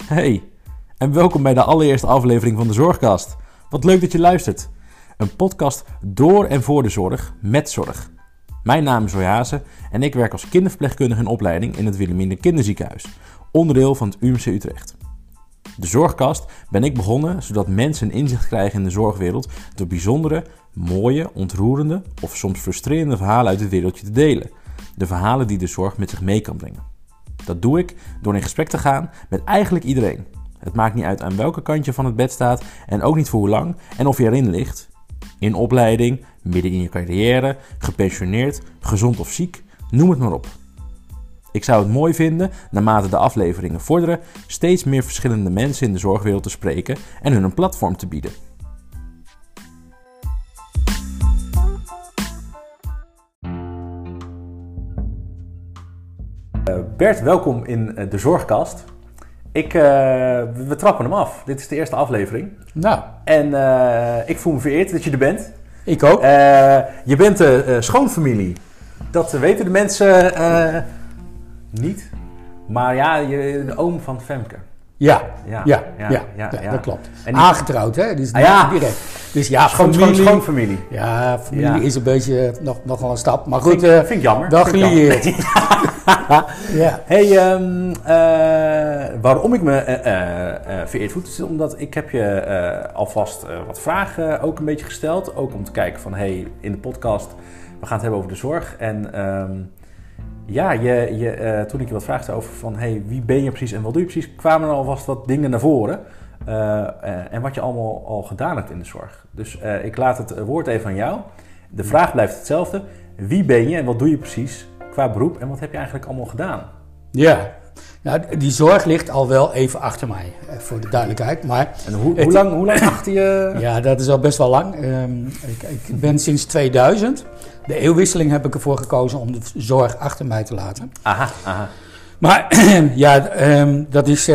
Hey, en welkom bij de allereerste aflevering van de Zorgkast. Wat leuk dat je luistert. Een podcast door en voor de zorg, met zorg. Mijn naam is Roy Hazen en ik werk als kinderverpleegkundige in opleiding in het Wilhelmina Kinderziekenhuis, onderdeel van het UMC Utrecht. De Zorgkast ben ik begonnen zodat mensen een inzicht krijgen in de zorgwereld door bijzondere, mooie, ontroerende of soms frustrerende verhalen uit het wereldje te delen. De verhalen die de zorg met zich mee kan brengen. Dat doe ik door in gesprek te gaan met eigenlijk iedereen. Het maakt niet uit aan welke kant je van het bed staat en ook niet voor hoe lang en of je erin ligt. In opleiding, midden in je carrière, gepensioneerd, gezond of ziek, noem het maar op. Ik zou het mooi vinden, naarmate de afleveringen vorderen, steeds meer verschillende mensen in de zorgwereld te spreken en hun een platform te bieden. Bert, welkom in de Zorgkast. We trappen hem af. Dit is de eerste aflevering. Nou. En ik voel me vereerd dat je er bent. Ik ook. Je bent de schoonfamilie. Dat weten de mensen niet. Maar ja, de oom van Femke. Ja, dat klopt. En aangetrouwd, hè? Dus direct. Dus ja, schoonfamilie. Ja, familie is een beetje nogal een stap. Maar goed, vind ik jammer. Wel gelieerd. Ja. Hey, waarom ik me vereerd voel, is omdat ik heb je alvast wat vragen ook een beetje gesteld. Ook om te kijken van, in de podcast, we gaan het hebben over de zorg. En toen ik je wat vraagde over van, wie ben je precies en wat doe je precies, kwamen er alvast wat dingen naar voren. En wat je allemaal al gedaan hebt in de zorg. Dus ik laat het woord even aan jou. De vraag blijft hetzelfde. Wie ben je en wat doe je precies qua beroep en wat heb je eigenlijk allemaal gedaan? Ja, nou, die zorg ligt al wel even achter mij, voor de duidelijkheid. Maar en hoe lang achter je? Ja, dat is al best wel lang. Ik ben sinds 2000. De eeuwwisseling heb ik ervoor gekozen om de zorg achter mij te laten. Aha. Maar dat is...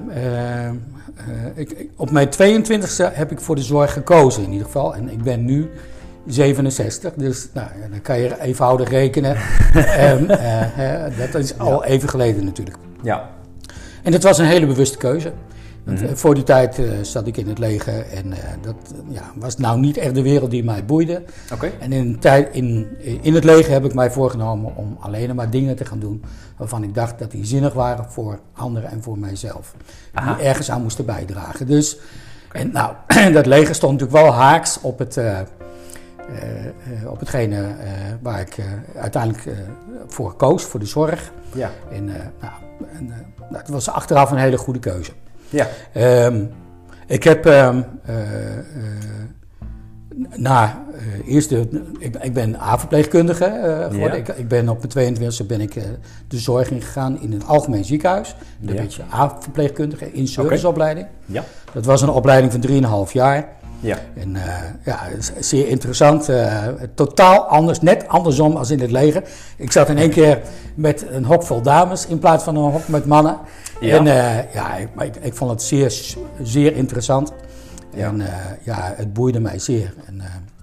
op mijn 22e heb ik voor de zorg gekozen in ieder geval. En ik ben nu 67, dus dan kan je eenvoudig rekenen. Dat is al even geleden natuurlijk. Ja. En dat was een hele bewuste keuze. Voor die tijd zat ik in het leger en dat was nou niet echt de wereld die mij boeide. Okay. En in het leger heb ik mij voorgenomen om alleen maar dingen te gaan doen waarvan ik dacht dat die zinnig waren voor anderen en voor mijzelf. Die ergens aan moesten bijdragen. Dus, en dat leger stond natuurlijk wel haaks op hetgene waar ik uiteindelijk voor koos, voor de zorg. Ja. Dat was achteraf een hele goede keuze. Ja. Ik heb ik ben A-verpleegkundige geworden. Ik ben op mijn 22e de zorg ingegaan in het algemeen ziekenhuis. Dan ben je A-verpleegkundige in serviceopleiding. Ja. Dat was een opleiding van 3,5 jaar. Ja. En zeer interessant. Totaal anders, net andersom als in het leger. Ik zat in één keer met een hok vol dames in plaats van een hok met mannen. Ja. En ik vond het zeer, zeer interessant. Ja. En het boeide mij zeer. En,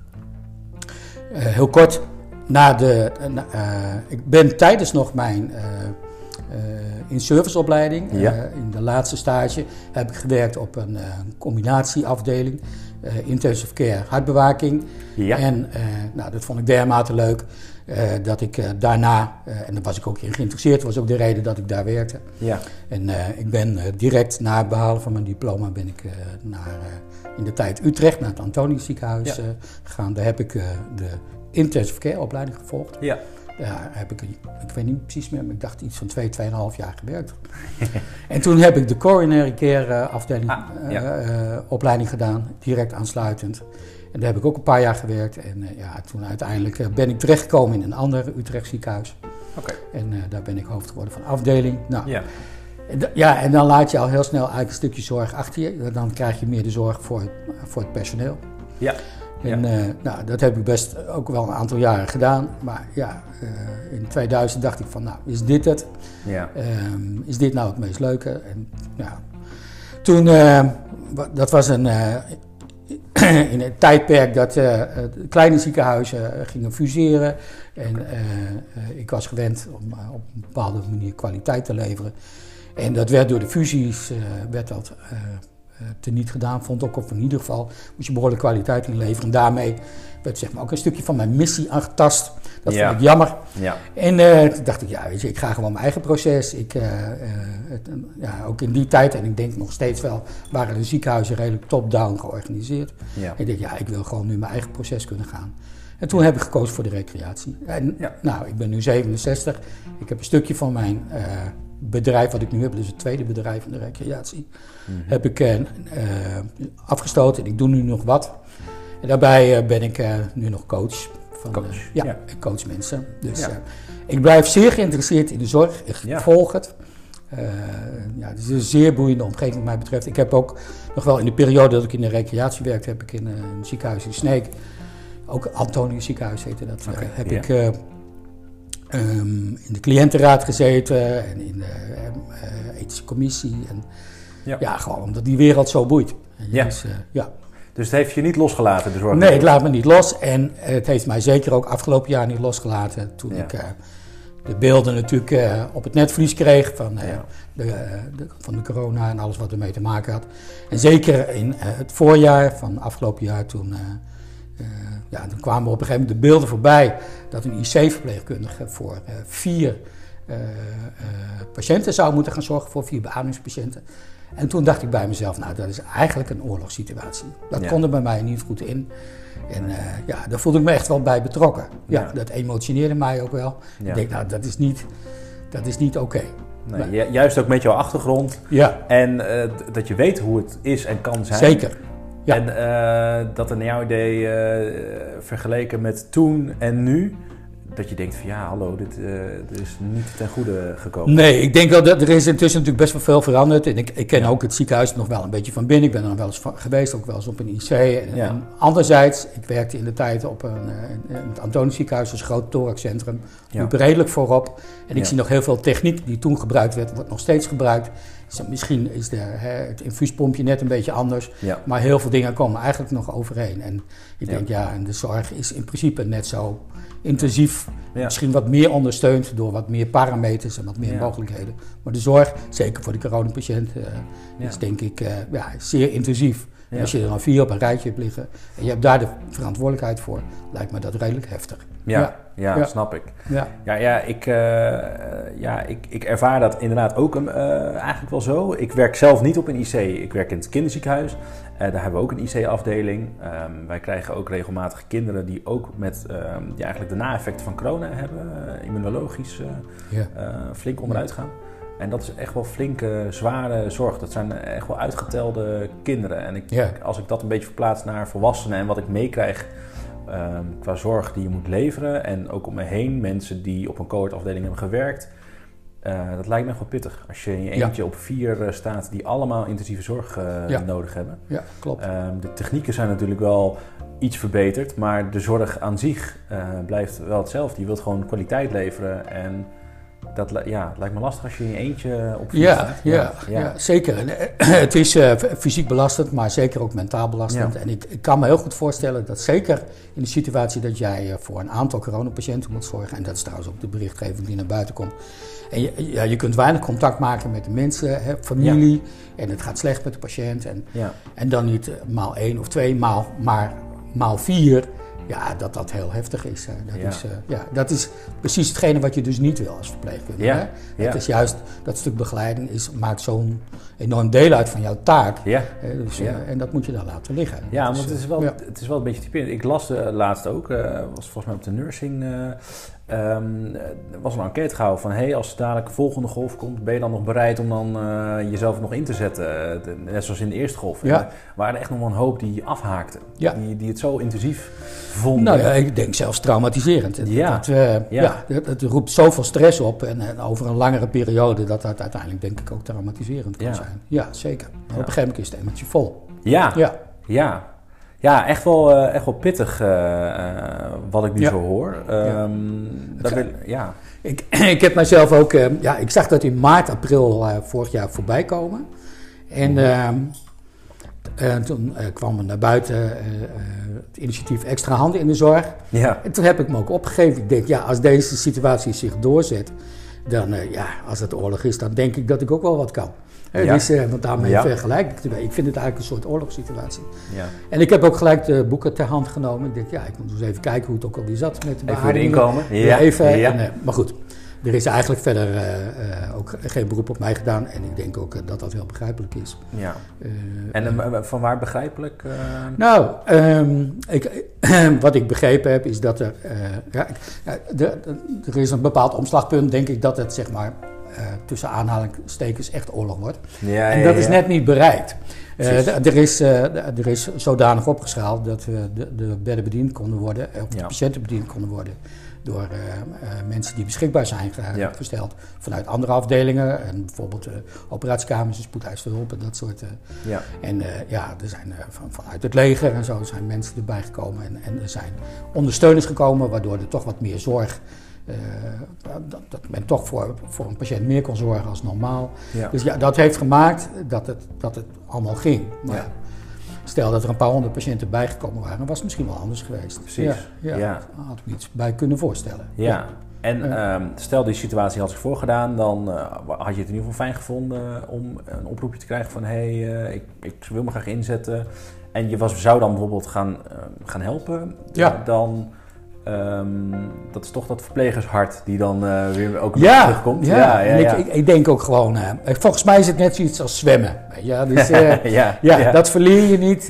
heel kort, ik ben tijdens nog mijn in serviceopleiding, in de laatste stage, heb ik gewerkt op een combinatieafdeling. Intensive care hartbewaking. Ja. En dat vond ik dermate leuk dat ik daarna, en daar was ik ook in geïnteresseerd, dat was ook de reden dat ik daar werkte. Ja. En ik ben direct na het behalen van mijn diploma ben ik in de tijd Utrecht naar het Antonius ziekenhuis gegaan. Daar heb ik de intensive care opleiding gevolgd. Ja. Daar heb ik weet niet precies meer, maar ik dacht iets van 2,5 jaar gewerkt. En toen heb ik de coronary care opleiding gedaan, direct aansluitend. En daar heb ik ook een paar jaar gewerkt. En toen uiteindelijk ben ik terechtgekomen in een ander Utrecht ziekenhuis. Okay. En daar ben ik hoofd geworden van afdeling. En dan laat je al heel snel eigenlijk een stukje zorg achter je. Dan krijg je meer de zorg voor het personeel. Ja. En dat heb ik best ook wel een aantal jaren gedaan. Maar in 2000 dacht ik van, is dit het? Ja. Is dit nou het meest leuke? En toen, dat was in het tijdperk dat kleine ziekenhuizen gingen fuseren. En ik was gewend om op een bepaalde manier kwaliteit te leveren. En dat werd door de fusies werd dat teniet gedaan, vond ook, of in ieder geval moest je behoorlijk kwaliteit inleveren. En daarmee werd zeg maar ook een stukje van mijn missie aangetast. Dat vond ik jammer. Ja. En toen dacht ik, ja, weet je, ik ga gewoon mijn eigen proces. Ook in die tijd, en ik denk nog steeds wel, waren de ziekenhuizen redelijk top-down georganiseerd. Ja. En ik denk, ja, ik wil gewoon nu mijn eigen proces kunnen gaan. En toen heb ik gekozen voor de recreatie. En, nou, ik ben nu 67. Ik heb een stukje van mijn bedrijf wat ik nu heb, dus het tweede bedrijf in de recreatie, heb ik afgestoten en ik doe nu nog wat. En daarbij ben ik nu nog coach. Ik coach mensen. Dus ik blijf zeer geïnteresseerd in de zorg. Ik volg het. Het is een zeer boeiende omgeving wat mij betreft. Ik heb ook nog wel in de periode dat ik in de recreatie werkte, heb ik in een ziekenhuis in Sneek, ook Antonius ziekenhuis heette dat, ik in de cliëntenraad gezeten en in de ethische commissie. En, gewoon omdat die wereld zo boeit. Dus het heeft je niet losgelaten, de zorg? Nee, het laat me niet los. En het heeft mij zeker ook afgelopen jaar niet losgelaten. Toen ik de beelden natuurlijk op het netvlies kreeg van de corona en alles wat ermee te maken had. En zeker in het voorjaar van afgelopen jaar toen kwamen op een gegeven moment de beelden voorbij dat een IC-verpleegkundige voor 4 patiënten zou moeten gaan zorgen, voor 4 beademingspatiënten. En toen dacht ik bij mezelf, nou, dat is eigenlijk een oorlogssituatie. Dat kon er bij mij niet goed in. En daar voelde ik me echt wel bij betrokken. Ja, dat emotioneerde mij ook wel. Ja. Ik denk, nou, dat is niet oké. Nee, juist ook met jouw achtergrond. Ja. En dat je weet hoe het is en kan zijn. Zeker. Ja. En dat er naar jouw idee vergeleken met toen en nu, dat je denkt van ja, hallo, dit is niet ten goede gekomen. Nee, ik denk wel dat er is intussen natuurlijk best wel veel veranderd. En ik ken ook het ziekenhuis nog wel een beetje van binnen. Ik ben er wel eens geweest, ook wel eens op een IC. En anderzijds, ik werkte in de tijd op het Antonius ziekenhuis, dus een groot thoraxcentrum. Liep redelijk voorop. En ik zie nog heel veel techniek die toen gebruikt werd, wordt nog steeds gebruikt. Misschien is het infuuspompje net een beetje anders, maar heel veel dingen komen eigenlijk nog overheen. En ik denk, en de zorg is in principe net zo intensief, misschien wat meer ondersteund door wat meer parameters en wat meer mogelijkheden. Maar de zorg, zeker voor de coronapatiënt, is denk ik zeer intensief. En als je er dan 4 op een rijtje hebt liggen en je hebt daar de verantwoordelijkheid voor, lijkt me dat redelijk heftig. Ja, snap ik. Ik ervaar dat inderdaad ook eigenlijk wel zo. Ik werk zelf niet op een IC. Ik werk in het kinderziekenhuis. Daar hebben we ook een IC-afdeling. Wij krijgen ook regelmatig kinderen die ook met eigenlijk de na-effecten van corona hebben. Immunologisch flink onderuit gaan. En dat is echt wel flinke, zware zorg. Dat zijn echt wel uitgetelde kinderen. En als ik dat een beetje verplaats naar volwassenen en wat ik meekrijg qua zorg die je moet leveren. En ook om me heen mensen die op een cohortafdeling hebben gewerkt. Dat lijkt me echt wel pittig. Als je in je eentje op 4 staat die allemaal intensieve zorg nodig hebben. Ja, klopt. De technieken zijn natuurlijk wel iets verbeterd. Maar de zorg aan zich blijft wel hetzelfde. Je wilt gewoon kwaliteit leveren en dat lijkt me lastig als je in je eentje op 4 staat. Ja, zeker. En, het is fysiek belastend, maar zeker ook mentaal belastend. Ja. En ik kan me heel goed voorstellen dat zeker in de situatie dat jij voor een aantal coronapatiënten moet zorgen, en dat is trouwens ook de berichtgeving die naar buiten komt. En je kunt weinig contact maken met de mensen, familie, en het gaat slecht met de patiënt. En dan niet maal 1 of 2, maar maal 4. Ja, dat heel heftig is. Dat is precies hetgene wat je dus niet wil als verpleegkundige. Ja. Het is juist dat stuk begeleiding maakt zo'n enorm deel uit van jouw taak. En dat moet je dan laten liggen. Ja, want het is wel een beetje typerend. Ik las laatst ook, was volgens mij op de nursing. Er was een enquête gehouden van als dadelijk de volgende golf komt, ben je dan nog bereid om dan jezelf nog in te zetten, net zoals in de eerste golf. Er waren echt nog wel een hoop die afhaakten, die het zo intensief vonden. Nou ja, ik denk zelfs traumatiserend. Het roept zoveel stress op en over een langere periode dat uiteindelijk denk ik ook traumatiserend kan zijn. Ja, zeker. Op een gegeven moment is het emmertje vol. Ja, echt wel pittig wat ik nu zo hoor. Ik heb mijzelf ook... ik zag dat in maart, april vorig jaar voorbij komen. En toen kwam er naar buiten het initiatief Extra Handen in de Zorg. Ja. En toen heb ik me ook opgegeven. Ik denk, als deze situatie zich doorzet, dan als het oorlog is, dan denk ik dat ik ook wel wat kan. Ja. Dus, want daarmee vergelijk ik het. Ik vind het eigenlijk een soort oorlogssituatie. Ja. En ik heb ook gelijk de boeken ter hand genomen. Ik denk, ik moet eens even kijken hoe het ook alweer zat met de Even weer inkomen. Ja. Maar goed, er is eigenlijk verder ook geen beroep op mij gedaan. En ik denk ook dat dat heel begrijpelijk is. Ja. En van waar begrijpelijk? Wat ik begrepen heb is dat er is een bepaald omslagpunt, denk ik, dat het zeg maar tussen aanhalingstekens echt oorlog wordt. Ja, en dat is net niet bereikt. Er is zodanig opgeschaald dat de bedden bediend konden worden, of de patiënten bediend konden worden door mensen die beschikbaar zijn gesteld vanuit andere afdelingen. En bijvoorbeeld operatiekamers, spoedeisende hulp en dat soort. En er zijn vanuit het leger en zo zijn mensen erbij gekomen. En er zijn ondersteuners gekomen, waardoor er toch wat meer zorg... dat men toch voor een patiënt meer kon zorgen als normaal. Ja. Dus dat heeft gemaakt dat het allemaal ging. Maar stel dat er een paar honderd patiënten bijgekomen waren, was het misschien wel anders geweest. Precies. Daar had ik me iets bij kunnen voorstellen. Ja. En stel die situatie had zich voorgedaan, dan had je het in ieder geval fijn gevonden om een oproepje te krijgen van ik wil me graag inzetten. En je zou dan bijvoorbeeld gaan helpen. Dan... dat is toch dat verplegershart die dan weer ook terugkomt. Ik denk ook gewoon... volgens mij is het net zoiets als zwemmen. Dus, dat verleer je niet.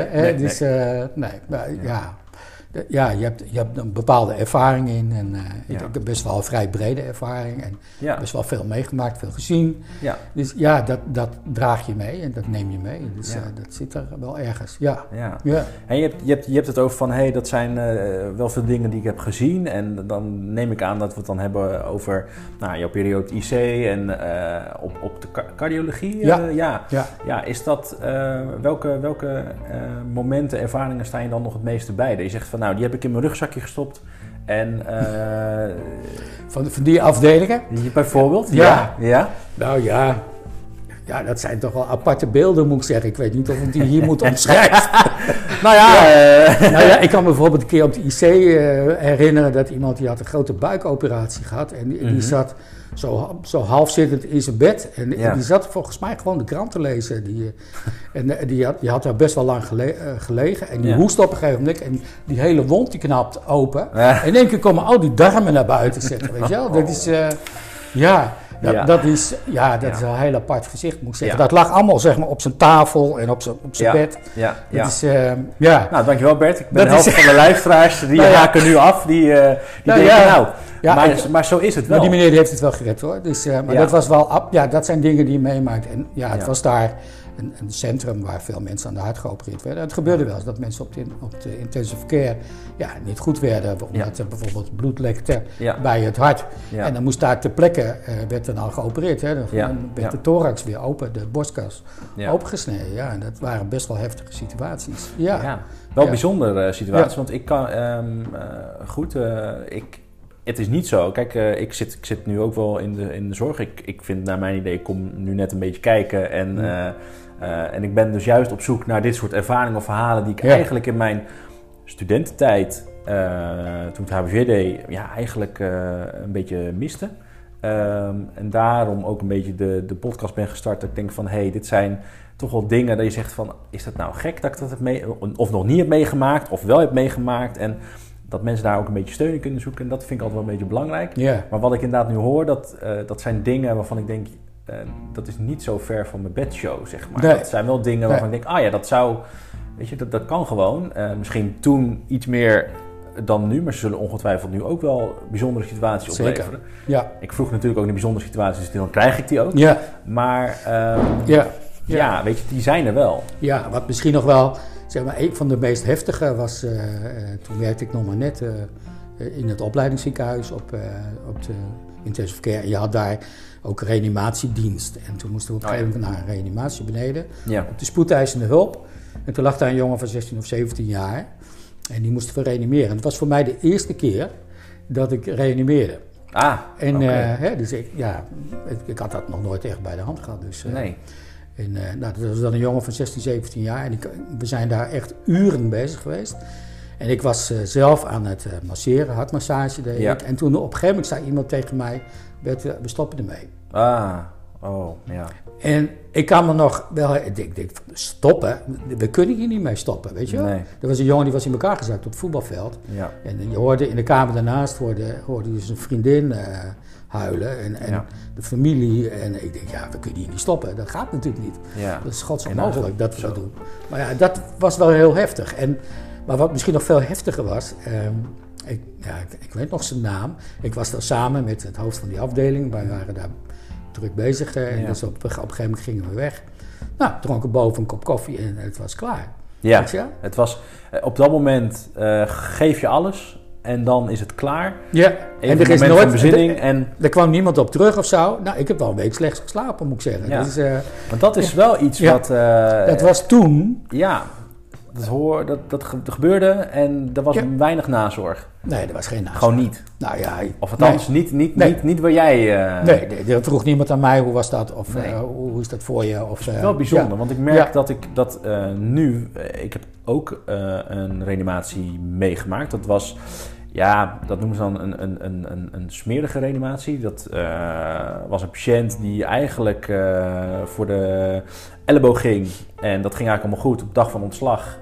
Je hebt een bepaalde ervaring in. En ik heb best wel een vrij brede ervaring. En best wel veel meegemaakt, veel gezien. Ja. Dus dat draag je mee en dat neem je mee. Dus dat zit er wel ergens. Ja. En je hebt het over van, dat zijn wel veel dingen die ik heb gezien. En dan neem ik aan dat we het dan hebben over jouw periode IC en op de cardiologie. Is dat, welke momenten, ervaringen staan je dan nog het meeste bij? Dat je zegt van, die heb ik in mijn rugzakje gestopt. En, van die afdelingen? Bijvoorbeeld? Ja. Nou ja, dat zijn toch wel aparte beelden, moet ik zeggen. Ik weet niet of ik die hier moet omschrijven. Ik kan me bijvoorbeeld een keer op de IC herinneren dat iemand die had een grote buikoperatie gehad. En die zat zo half zittend in zijn bed. En die zat volgens mij gewoon de krant te lezen. Die had daar best wel lang gelegen. En die hoest op een gegeven moment. En die hele wond die knapt open. En in één keer komen al die darmen naar buiten zetten. Weet je wel? Dat is... Dat is een heel apart gezicht, moet ik zeggen. Dat lag allemaal zeg maar, op zijn tafel en op zijn bed. Nou, dankjewel Bert. Ik ben de helft van de luisteraars. Die haken nu af. Die denken, maar zo is het wel. Maar die meneer die heeft het wel gered hoor. Dus, dat was wel... dat zijn dingen die je meemaakt. En het was daar een centrum waar veel mensen aan de hart geopereerd werden. Het gebeurde wel eens dat mensen op de intensive care niet goed werden. Omdat er bijvoorbeeld bloed lekte bij het hart. Ja. En dan moest daar ter plekke, werd er dan geopereerd. Hè. Dan werd de thorax weer open, de borstkas opengesneden. Ja, en dat waren best wel heftige situaties. Wel bijzondere situaties, want ik kan... Het is niet zo. Kijk, ik zit nu ook wel in de zorg. Ik vind naar mijn idee, ik kom nu net een beetje kijken. En ik ben dus juist op zoek naar dit soort ervaringen of verhalen die ik eigenlijk in mijn studententijd, toen ik het HBV deed, eigenlijk een beetje miste. En daarom ook een beetje de podcast ben gestart. Dat ik denk van, dit zijn toch wel dingen dat je zegt van, is dat nou gek dat ik dat heb of nog niet heb meegemaakt, of wel heb meegemaakt. En dat mensen daar ook een beetje steun in kunnen zoeken. En dat vind ik altijd wel een beetje belangrijk. Yeah. Maar wat ik inderdaad nu hoor, dat zijn dingen waarvan ik denk... dat is niet zo ver van mijn bedshow, zeg maar. Nee. Dat zijn wel dingen waarvan ik denk... dat zou... Weet je, dat kan gewoon. Misschien toen iets meer dan nu. Maar ze zullen ongetwijfeld nu ook wel bijzondere situaties opleveren. Ja. Ik vroeg natuurlijk ook naar bijzondere situaties. Dus dan krijg ik die ook. Ja. Maar... weet je, die zijn er wel. Ja, wat misschien nog wel... Zeg maar, een van de meest heftige was, toen werkte ik nog maar net in het opleidingsziekenhuis op de intensive care. En je had daar ook reanimatiedienst. En toen moesten we op een gegeven moment naar een reanimatie beneden. Ja. Op de spoedeisende hulp. En toen lag daar een jongen van 16 of 17 jaar. En die moesten we reanimeren. En het was voor mij de eerste keer dat ik reanimeerde. Dus ik had dat nog nooit echt bij de hand gehad. Dus, nee. En dat was dan een jongen van 16, 17 jaar en we zijn daar echt uren bezig geweest. En ik was zelf aan het masseren, hartmassage deed ik. En toen op een gegeven moment zei iemand tegen mij, we stoppen ermee. Ja. En ik kan me nog wel, ik denk, stoppen? We kunnen hier niet mee stoppen, weet je wel? Nee. Er was een jongen die was in elkaar gezakt op het voetbalveld. Ja. En je hoorde in de kamer daarnaast, hoorde dus een vriendin huilen en de familie. En ik denk, we kunnen hier niet stoppen. Dat gaat natuurlijk niet. Ja. Dat is godsonmogelijk dat we dat doen. Maar ja, dat was wel heel heftig. Maar wat misschien nog veel heftiger was, ik weet nog zijn naam. Ik was daar samen met het hoofd van die afdeling. Wij waren daar druk bezig. En dus op een gegeven moment gingen we weg. Nou, dronken boven een kop koffie en het was klaar. Ja, het was op dat moment geef je alles en dan is het klaar. Ja, en er is nooit bezinning. Er kwam niemand op terug of zo. Nou, ik heb wel een week slecht geslapen, moet ik zeggen. Ja. Dus, want dat is wel iets wat... dat was toen... Ja, dat gebeurde en er was weinig nazorg. Nee, er was geen nazorg. Gewoon niet. Nou ja... Of althans, niet waar jij... Nee, er vroeg niemand aan mij, hoe was dat? Of hoe is dat voor je? Of, dat is wel bijzonder, want ik merk dat nu... ik heb ook een reanimatie meegemaakt. Dat was... Ja, dat noemen ze dan een smerige reanimatie. Dat was een patiënt die eigenlijk voor de elleboog ging. En dat ging eigenlijk allemaal goed. Op de dag van ontslag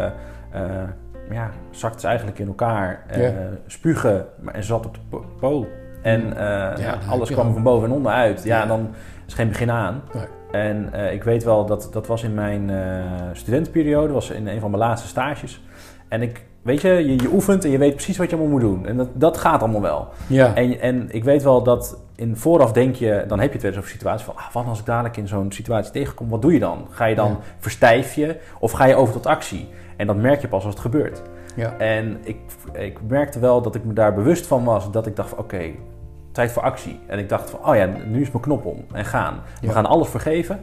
zakte ze eigenlijk in elkaar. Spugen en zat op de po. En alles kwam van boven en onder uit. Ja, en dan is geen begin aan. Nee. En ik weet wel, dat was in mijn studentenperiode. Dat was in een van mijn laatste stages. En weet je oefent en je weet precies wat je allemaal moet doen. En dat gaat allemaal wel. Ja. En ik weet wel dat vooraf denk je, dan heb je het wel eens over situaties van... wat als ik dadelijk in zo'n situatie tegenkom, wat doe je dan? Ga je dan verstijf je of ga je over tot actie? En dat merk je pas als het gebeurt. Ja. En ik merkte wel dat ik me daar bewust van was. Dat ik dacht van oké, tijd voor actie. En ik dacht van nu is mijn knop om en gaan. We gaan alles vergeven.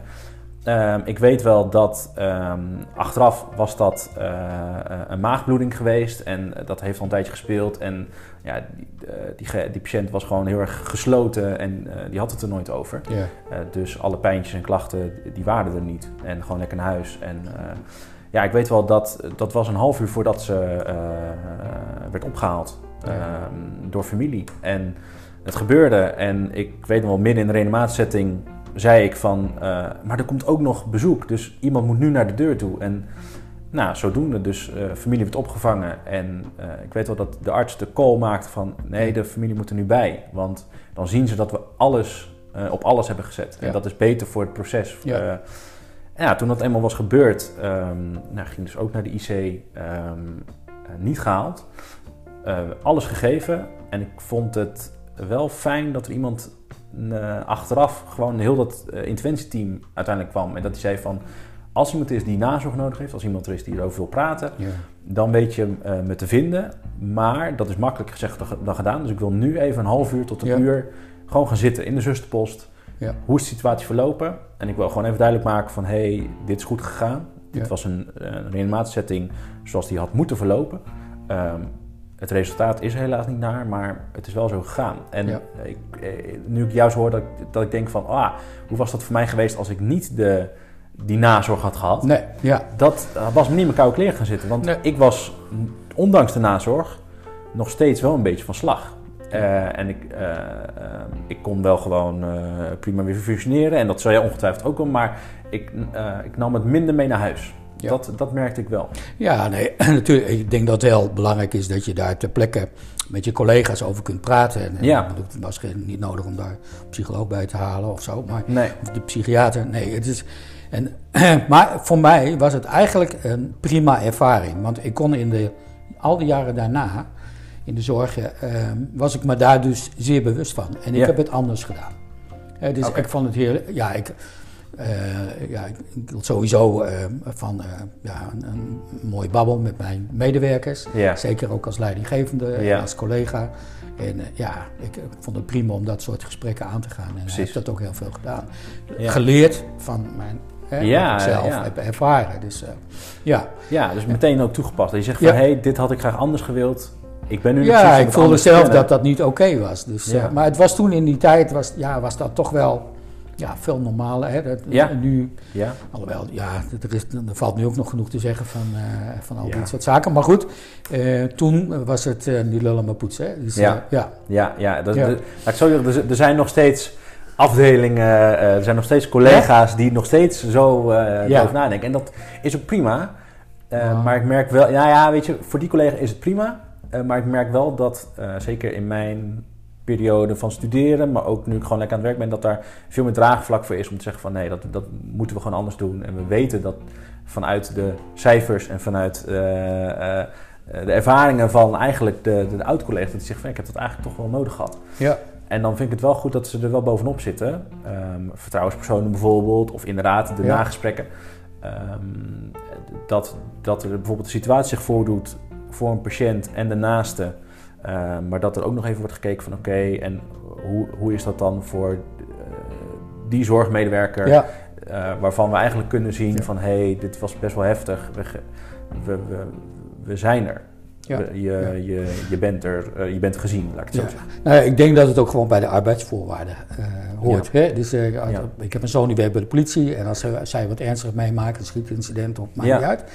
Ik weet wel dat achteraf was dat een maagbloeding geweest en dat heeft al een tijdje gespeeld. En ja, die patiënt was gewoon heel erg gesloten en die had het er nooit over. Yeah. Dus alle pijntjes en klachten, die waren er niet. En gewoon lekker naar huis. En ik weet wel dat was een half uur voordat ze werd opgehaald door familie. En het gebeurde en ik weet nog wel, midden in de reanimatiesetting zei ik van, maar er komt ook nog bezoek, dus iemand moet nu naar de deur toe. En zodoende, dus familie werd opgevangen en ik weet wel dat de arts de call maakte van, nee, de familie moet er nu bij, want dan zien ze dat we alles op alles hebben gezet. Ja. En dat is beter voor het proces. Ja. Toen dat eenmaal was gebeurd, ging dus ook naar de IC, niet gehaald, alles gegeven en ik vond het wel fijn dat er iemand achteraf gewoon heel dat interventieteam uiteindelijk kwam. En dat hij zei van, als iemand is die nazorg nodig heeft, als iemand er is die erover wil praten, dan weet je me te vinden. Maar dat is makkelijk gezegd dan gedaan. Dus ik wil nu even een half uur tot een uur gewoon gaan zitten in de zusterpost. Ja. Hoe is de situatie verlopen? En ik wil gewoon even duidelijk maken van, dit is goed gegaan. Dit was een reanimatiesetting zoals die had moeten verlopen. Het resultaat is er helaas niet naar, maar het is wel zo gegaan. En nu ik jou zo hoor, dat ik denk van... hoe was dat voor mij geweest als ik niet die nazorg had gehad? Nee, dat was me niet in mijn koude kleren gaan zitten. Want ik was, ondanks de nazorg, nog steeds wel een beetje van slag. En ik kon wel gewoon prima weer functioneren. En dat zou jij ongetwijfeld ook wel. Maar ik nam het minder mee naar huis. Ja. Dat merkte ik wel. Ja, nee, natuurlijk. Ik denk dat het heel belangrijk is dat je daar ter plekke met je collega's over kunt praten. En het was niet nodig om daar een psycholoog bij te halen of zo. Maar, of de psychiater. Nee, het is... maar voor mij was het eigenlijk een prima ervaring. Want ik kon al die jaren daarna, in de zorg, was ik me daar dus zeer bewust van. En ik heb het anders gedaan. Dus ik vond het heel... ik wil sowieso een mooie babbel met mijn medewerkers. Ja. Zeker ook als leidinggevende, als collega. En ik vond het prima om dat soort gesprekken aan te gaan. En ik heb dat ook heel veel gedaan. Geleerd van mijn... wat ik zelf heb ervaren. Dus, dus meteen ook toegepast. Je zegt van, dit had ik graag anders gewild. Ik ben nu ik voelde zelf dat dat niet oké was. Dus, maar het was toen in die tijd, was dat toch wel... veel normaler. Hè? Nu, alhoewel, er valt nu ook nog genoeg te zeggen van al dit soort zaken. Maar goed, toen was het niet lullen maar poetsen. Hè? Dus, er zijn nog steeds afdelingen, er zijn nog steeds collega's die nog steeds zo over nadenken. En dat is ook prima. Maar ik merk wel, weet je, voor die collega is het prima. Maar ik merk wel dat, zeker in mijn periode van studeren, maar ook nu ik gewoon lekker aan het werk ben, dat daar veel meer draagvlak voor is om te zeggen van nee, dat moeten we gewoon anders doen. En we weten dat vanuit de cijfers en vanuit de ervaringen van eigenlijk de oud-collega's, dat die zeggen van ik heb dat eigenlijk toch wel nodig gehad. Ja. En dan vind ik het wel goed dat ze er wel bovenop zitten. Vertrouwenspersonen bijvoorbeeld, of inderdaad de nagesprekken. Dat er bijvoorbeeld een situatie zich voordoet voor een patiënt en de naaste. Maar dat er ook nog even wordt gekeken van oké, en hoe is dat dan voor die zorgmedewerker waarvan we eigenlijk kunnen zien van hey, dit was best wel heftig, we zijn er. Ja. Je bent er, je bent gezien, laat ik het zo zeggen. Nou ja, ik denk dat het ook gewoon bij de arbeidsvoorwaarden hoort. Ja. Hè? Dus, ik heb een zoon die werkt bij de politie en als zij wat ernstig meemaken, een schietincident of maakt niet uit,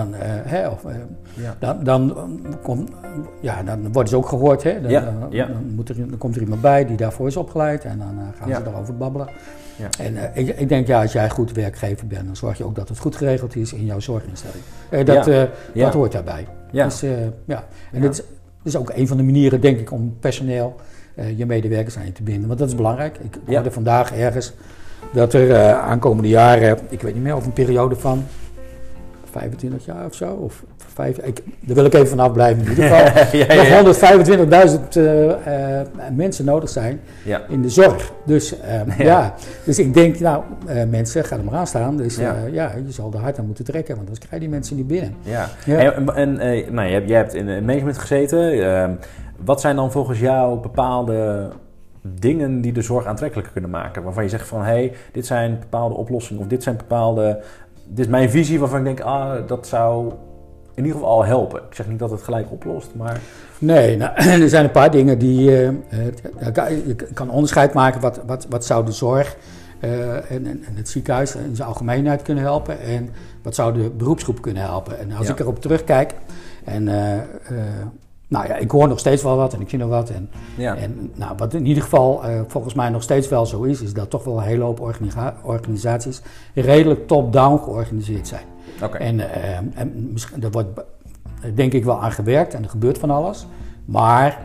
dan worden ze ook gehoord. Hè? Dan komt er iemand bij die daarvoor is opgeleid en dan gaan ze daarover babbelen. Ja. En ik denk, als jij goed werkgever bent, dan zorg je ook dat het goed geregeld is in jouw zorginstelling. Dat hoort daarbij. Ja. Dus, en dit is ook een van de manieren, denk ik, om personeel, je medewerkers aan je te binden. Want dat is belangrijk. Ik hoorde vandaag ergens dat er aankomende jaren, ik weet niet meer, of een periode van 25 jaar of zo, of 5, daar wil ik even vanaf blijven in ieder geval. Nog 125.000 mensen nodig zijn in de zorg. Dus, dus ik denk, mensen, ga er maar aan staan. Dus je zal er hard aan moeten trekken, want anders krijg je die mensen niet binnen. Ja. Jij hebt in het management gezeten. Wat zijn dan volgens jou bepaalde dingen die de zorg aantrekkelijker kunnen maken? Waarvan je zegt van, dit zijn bepaalde oplossingen of dit is mijn visie waarvan ik denk, dat zou in ieder geval al helpen. Ik zeg niet dat het gelijk oplost, maar... Nee, er zijn een paar dingen die... je kan onderscheid maken wat zou de zorg en het ziekenhuis in zijn algemeenheid kunnen helpen en wat zou de beroepsgroep kunnen helpen. En als ik erop terugkijk en... ik hoor nog steeds wel wat en ik zie nog wat. En wat in ieder geval volgens mij nog steeds wel zo is dat toch wel een hele hoop organisaties redelijk top-down georganiseerd zijn. Okay. En misschien, er wordt denk ik wel aan gewerkt en er gebeurt van alles. Maar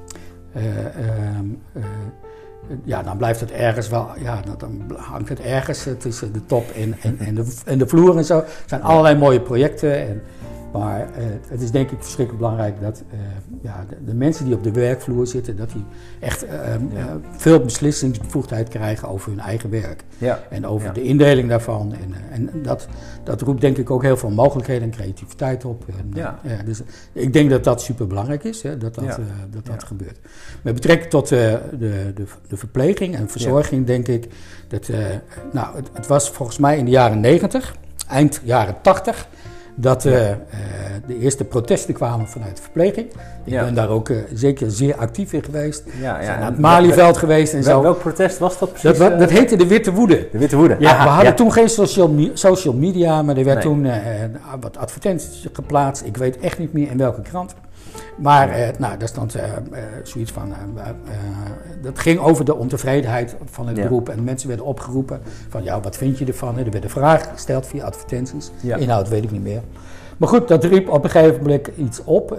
dan blijft het ergens wel, dan hangt het ergens tussen de top en de vloer en zo. Er zijn allerlei mooie projecten. Maar het is denk ik verschrikkelijk belangrijk dat de mensen die op de werkvloer zitten, dat die echt veel beslissingsbevoegdheid krijgen over hun eigen werk. Ja. En over de indeling daarvan. En dat roept denk ik ook heel veel mogelijkheden en creativiteit op. Dus ik denk dat dat super belangrijk is, dat gebeurt. Met betrekking tot de verpleging en verzorging denk ik dat, het was volgens mij in de jaren 90, eind jaren 80... dat de eerste protesten kwamen vanuit de verpleging. Ik ben daar ook zeker zeer actief in geweest. Naar het Malieveld geweest en zo. Welk protest was dat precies? Dat heette de Witte Woede. De Witte Woede. We hadden toen geen social media, maar er werd toen wat advertenties geplaatst. Ik weet echt niet meer in welke krant. Maar daar stond zoiets van, dat ging over de ontevredenheid van het beroep. En mensen werden opgeroepen van, wat vind je ervan? Er werden vragen gesteld via advertenties. Ja. Inhoud weet ik niet meer. Maar goed, dat riep op een gegeven moment iets op.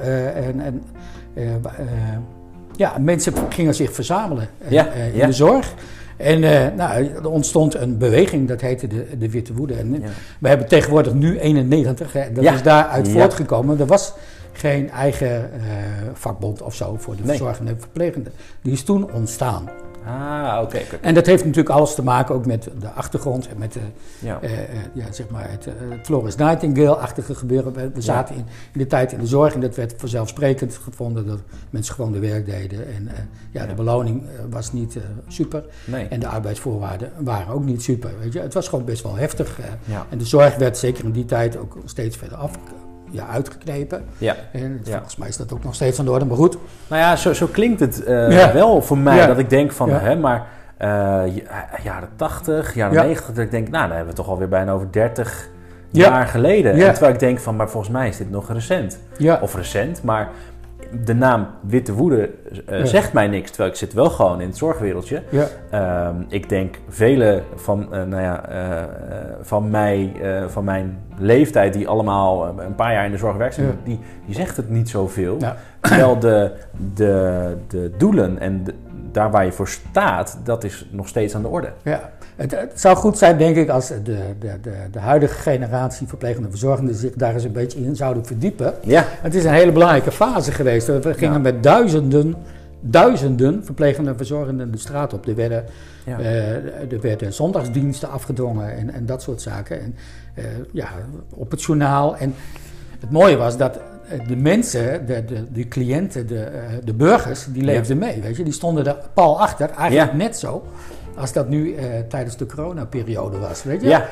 Mensen gingen zich verzamelen in de zorg. En er ontstond een beweging, dat heette de Witte Woede. En we hebben tegenwoordig nu 91, dat is daaruit voortgekomen. Er was geen eigen vakbond of zo voor de verzorgende verplegenden. Die is toen ontstaan. Oké. En dat heeft natuurlijk alles te maken ook met de achtergrond en met het Florence Nightingale-achtige gebeuren. We zaten in de tijd in de zorg en dat werd vanzelfsprekend gevonden dat mensen gewoon de werk deden. En de beloning was niet super. Nee. En de arbeidsvoorwaarden waren ook niet super. Weet je? Het was gewoon best wel heftig. En de zorg werd zeker in die tijd ook steeds verder uitgeknepen. Ja. En volgens mij is dat ook nog steeds aan de orde, maar goed. Nou ja, zo klinkt het wel voor mij, dat ik denk van, maar jaren 80, jaren 90, dat ik denk, nou, dan hebben we toch alweer bijna over 30 Ja. jaar geleden. Ja. En terwijl ik denk van, maar volgens mij is dit nog recent. Ja. Of recent, maar de naam Witte Woede zegt mij niks, terwijl ik zit wel gewoon in het zorgwereldje. Ja. Ik denk velen van mijn leeftijd die allemaal een paar jaar in de zorg werken, die zegt het niet zoveel. Ja. Terwijl de doelen en daar waar je voor staat, dat is nog steeds aan de orde. Ja. Het zou goed zijn, denk ik, als de huidige generatie verplegende verzorgenden zich daar eens een beetje in zouden verdiepen. Ja. Het is een hele belangrijke fase geweest. We gingen met duizenden verplegende verzorgenden de straat op. Er werden zondagsdiensten afgedwongen en dat soort zaken. En, op het journaal. En het mooie was dat de mensen, de cliënten, de burgers, die leefden mee. Weet je? Die stonden er pal achter, eigenlijk net zo als dat nu tijdens de coronaperiode was, weet je?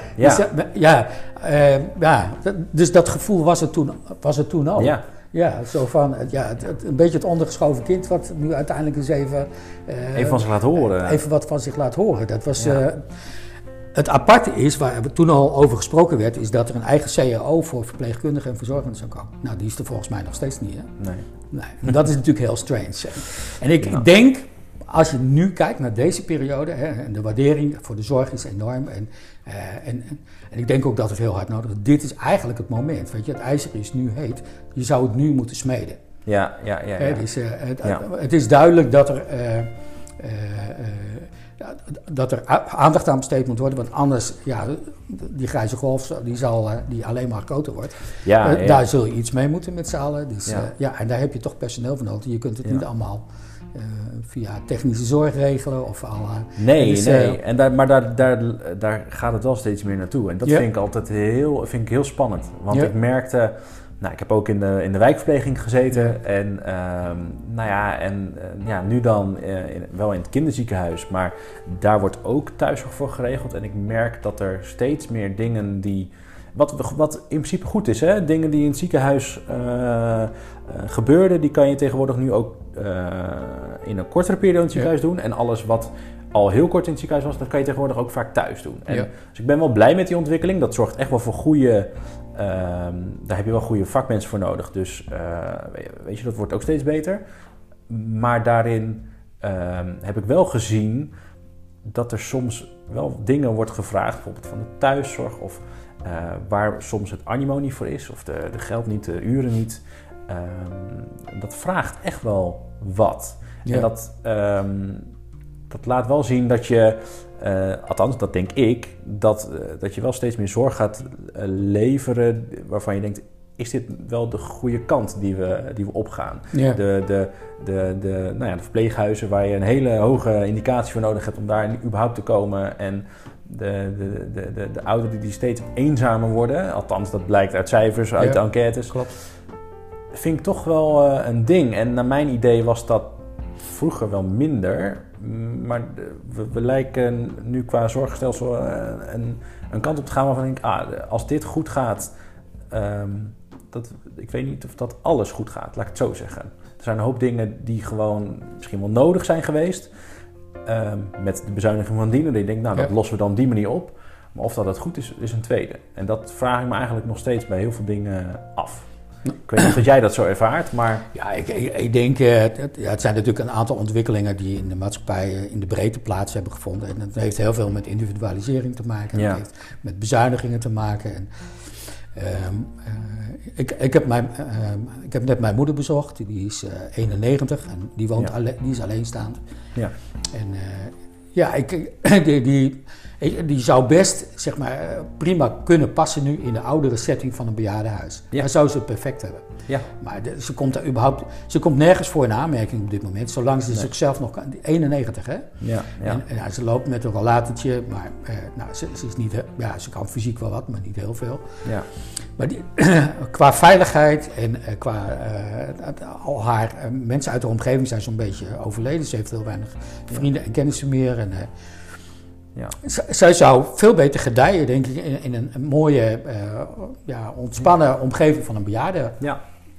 Dus dat gevoel was er toen ook. Ja. Ja, zo van, een beetje het ondergeschoven kind wat nu uiteindelijk eens even van zich laat horen. Even wat van zich laat horen. Dat was... Het aparte is, waar we toen al over gesproken werd, is dat er een eigen CAO voor verpleegkundigen en verzorgenden zou komen. Nou, die is er volgens mij nog steeds niet, hè? Nee. En dat is natuurlijk heel strange. En ik denk, als je nu kijkt naar deze periode, en de waardering voor de zorg is enorm. En ik denk ook dat het heel hard nodig is. Dit is eigenlijk het moment. Weet je, het ijzer is nu heet. Je zou het nu moeten smeden. Ja. Dus, het is duidelijk dat er aandacht aan besteed moet worden, want anders, die grijze golf die alleen maar groter wordt. Daar zul je iets mee moeten met z'n allen. Dus, en daar heb je toch personeel voor nodig. Je kunt het niet allemaal via technische zorg regelen of al. En daar gaat het wel steeds meer naartoe. En dat vind ik altijd heel spannend. Want ik merkte. Nou, ik heb ook in de wijkverpleging gezeten nu dan wel in het kinderziekenhuis, maar daar wordt ook thuiszorg voor geregeld en ik merk dat er steeds meer dingen die, wat in principe goed is, hè? Dingen die in het ziekenhuis gebeurden, die kan je tegenwoordig nu ook in een kortere periode in het ziekenhuis doen en alles wat al heel kort in het ziekenhuis was, dat kan je tegenwoordig ook vaak thuis doen. En, dus ik ben wel blij met die ontwikkeling, dat zorgt echt wel voor goede. Daar heb je wel goede vakmensen voor nodig. Dus weet je, dat wordt ook steeds beter. Maar daarin heb ik wel gezien dat er soms wel dingen wordt gevraagd, bijvoorbeeld van de thuiszorg of waar soms het animo niet voor is of de geld niet, de uren niet. Dat vraagt echt wel wat. Ja. En dat laat wel zien dat je, althans dat denk ik, dat je wel steeds meer zorg gaat leveren waarvan je denkt, is dit wel de goede kant die we opgaan? Ja. De verpleeghuizen waar je een hele hoge indicatie voor nodig hebt om daar überhaupt te komen en de ouderen die steeds eenzamer worden, althans dat blijkt uit cijfers, uit de enquêtes. Klopt. Vind ik toch wel een ding. En naar mijn idee was dat vroeger wel minder, maar we lijken nu qua zorgstelsel een kant op te gaan waarvan ik denk, als dit goed gaat, ik weet niet of dat alles goed gaat, laat ik het zo zeggen. Er zijn een hoop dingen die gewoon misschien wel nodig zijn geweest, met de bezuiniging van dienen, die ik denk, dat lossen we dan op die manier op. Maar of dat het goed is een tweede. En dat vraag ik me eigenlijk nog steeds bij heel veel dingen af. Ik weet niet of jij dat zo ervaart, maar... Ja, ik denk, het zijn natuurlijk een aantal ontwikkelingen die in de maatschappij in de breedte plaats hebben gevonden. En dat heeft heel veel met individualisering te maken, dat heeft met bezuinigingen te maken. En, ik heb net mijn moeder bezocht, die is 91 en die is alleenstaand. Ja. En die zou best, zeg maar, prima kunnen passen nu in de oudere setting van een bejaardenhuis. Ja. Daar zou ze het perfect hebben. Ja. Maar ze komt nergens voor in aanmerking op dit moment, zolang ze zichzelf nog kan. 91, hè? Ja. En ze loopt met een rollatortje, maar ze is niet, ze kan fysiek wel wat, maar niet heel veel. Ja. Maar qua veiligheid en al haar mensen uit de omgeving zijn zo'n beetje overleden. Ze heeft heel weinig vrienden en kennissen meer. En, zij zou veel beter gedijen, denk ik, in een mooie, ontspannen omgeving van een bejaardenhuis.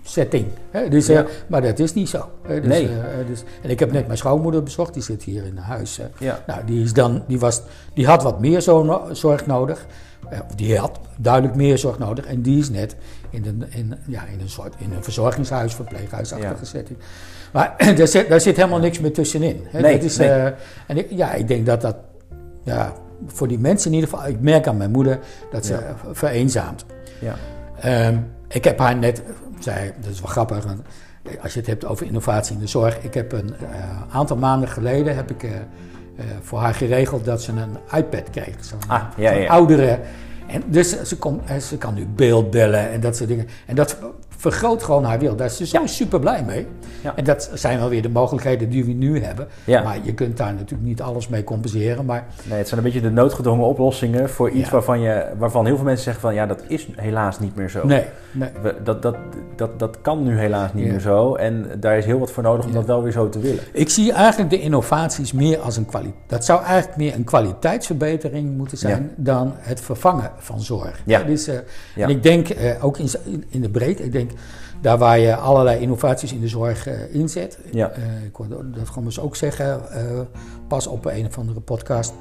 setting. Hè? Dus, Ja. Maar dat is niet zo. Dus, Nee. En ik heb net mijn schoonmoeder bezocht, die zit hier in huis. Ja. Nou, die had wat meer zorg nodig. Of die had duidelijk meer zorg nodig. En die is net in een verzorgingshuis, verpleeghuisachtige setting. Maar daar zit helemaal niks meer tussenin. Hè? Nee, Dat is, nee. En ik denk dat voor die mensen in ieder geval... Ik merk aan mijn moeder dat ze vereenzaamt. Ja. Ik heb haar net... dat is wel grappig... Als je het hebt over innovatie in de zorg. Ik heb een aantal maanden geleden voor haar geregeld dat ze een iPad kreeg. Zo'n oudere. En dus ze kan nu beeldbellen en dat soort dingen. En dat vergroot gewoon haar wereld. Daar is ze zo super blij mee. Ja. En dat zijn wel weer de mogelijkheden die we nu hebben. Ja. Maar je kunt daar natuurlijk niet alles mee compenseren. Maar... Nee, het zijn een beetje de noodgedwongen oplossingen voor iets waarvan heel veel mensen zeggen van... ja, dat is helaas niet meer zo. Nee. Dat kan nu helaas niet meer zo. En daar is heel wat voor nodig om dat wel weer zo te willen. Ik zie eigenlijk de innovaties meer als een kwaliteit. Dat zou eigenlijk meer een kwaliteitsverbetering moeten zijn dan het vervangen van zorg. Ja. Dus, en ik denk ook in de breedte, ik denk daar waar je allerlei innovaties in de zorg inzet. Ja. Ik hoorde dat gewoon eens ook zeggen, pas op een of andere podcast.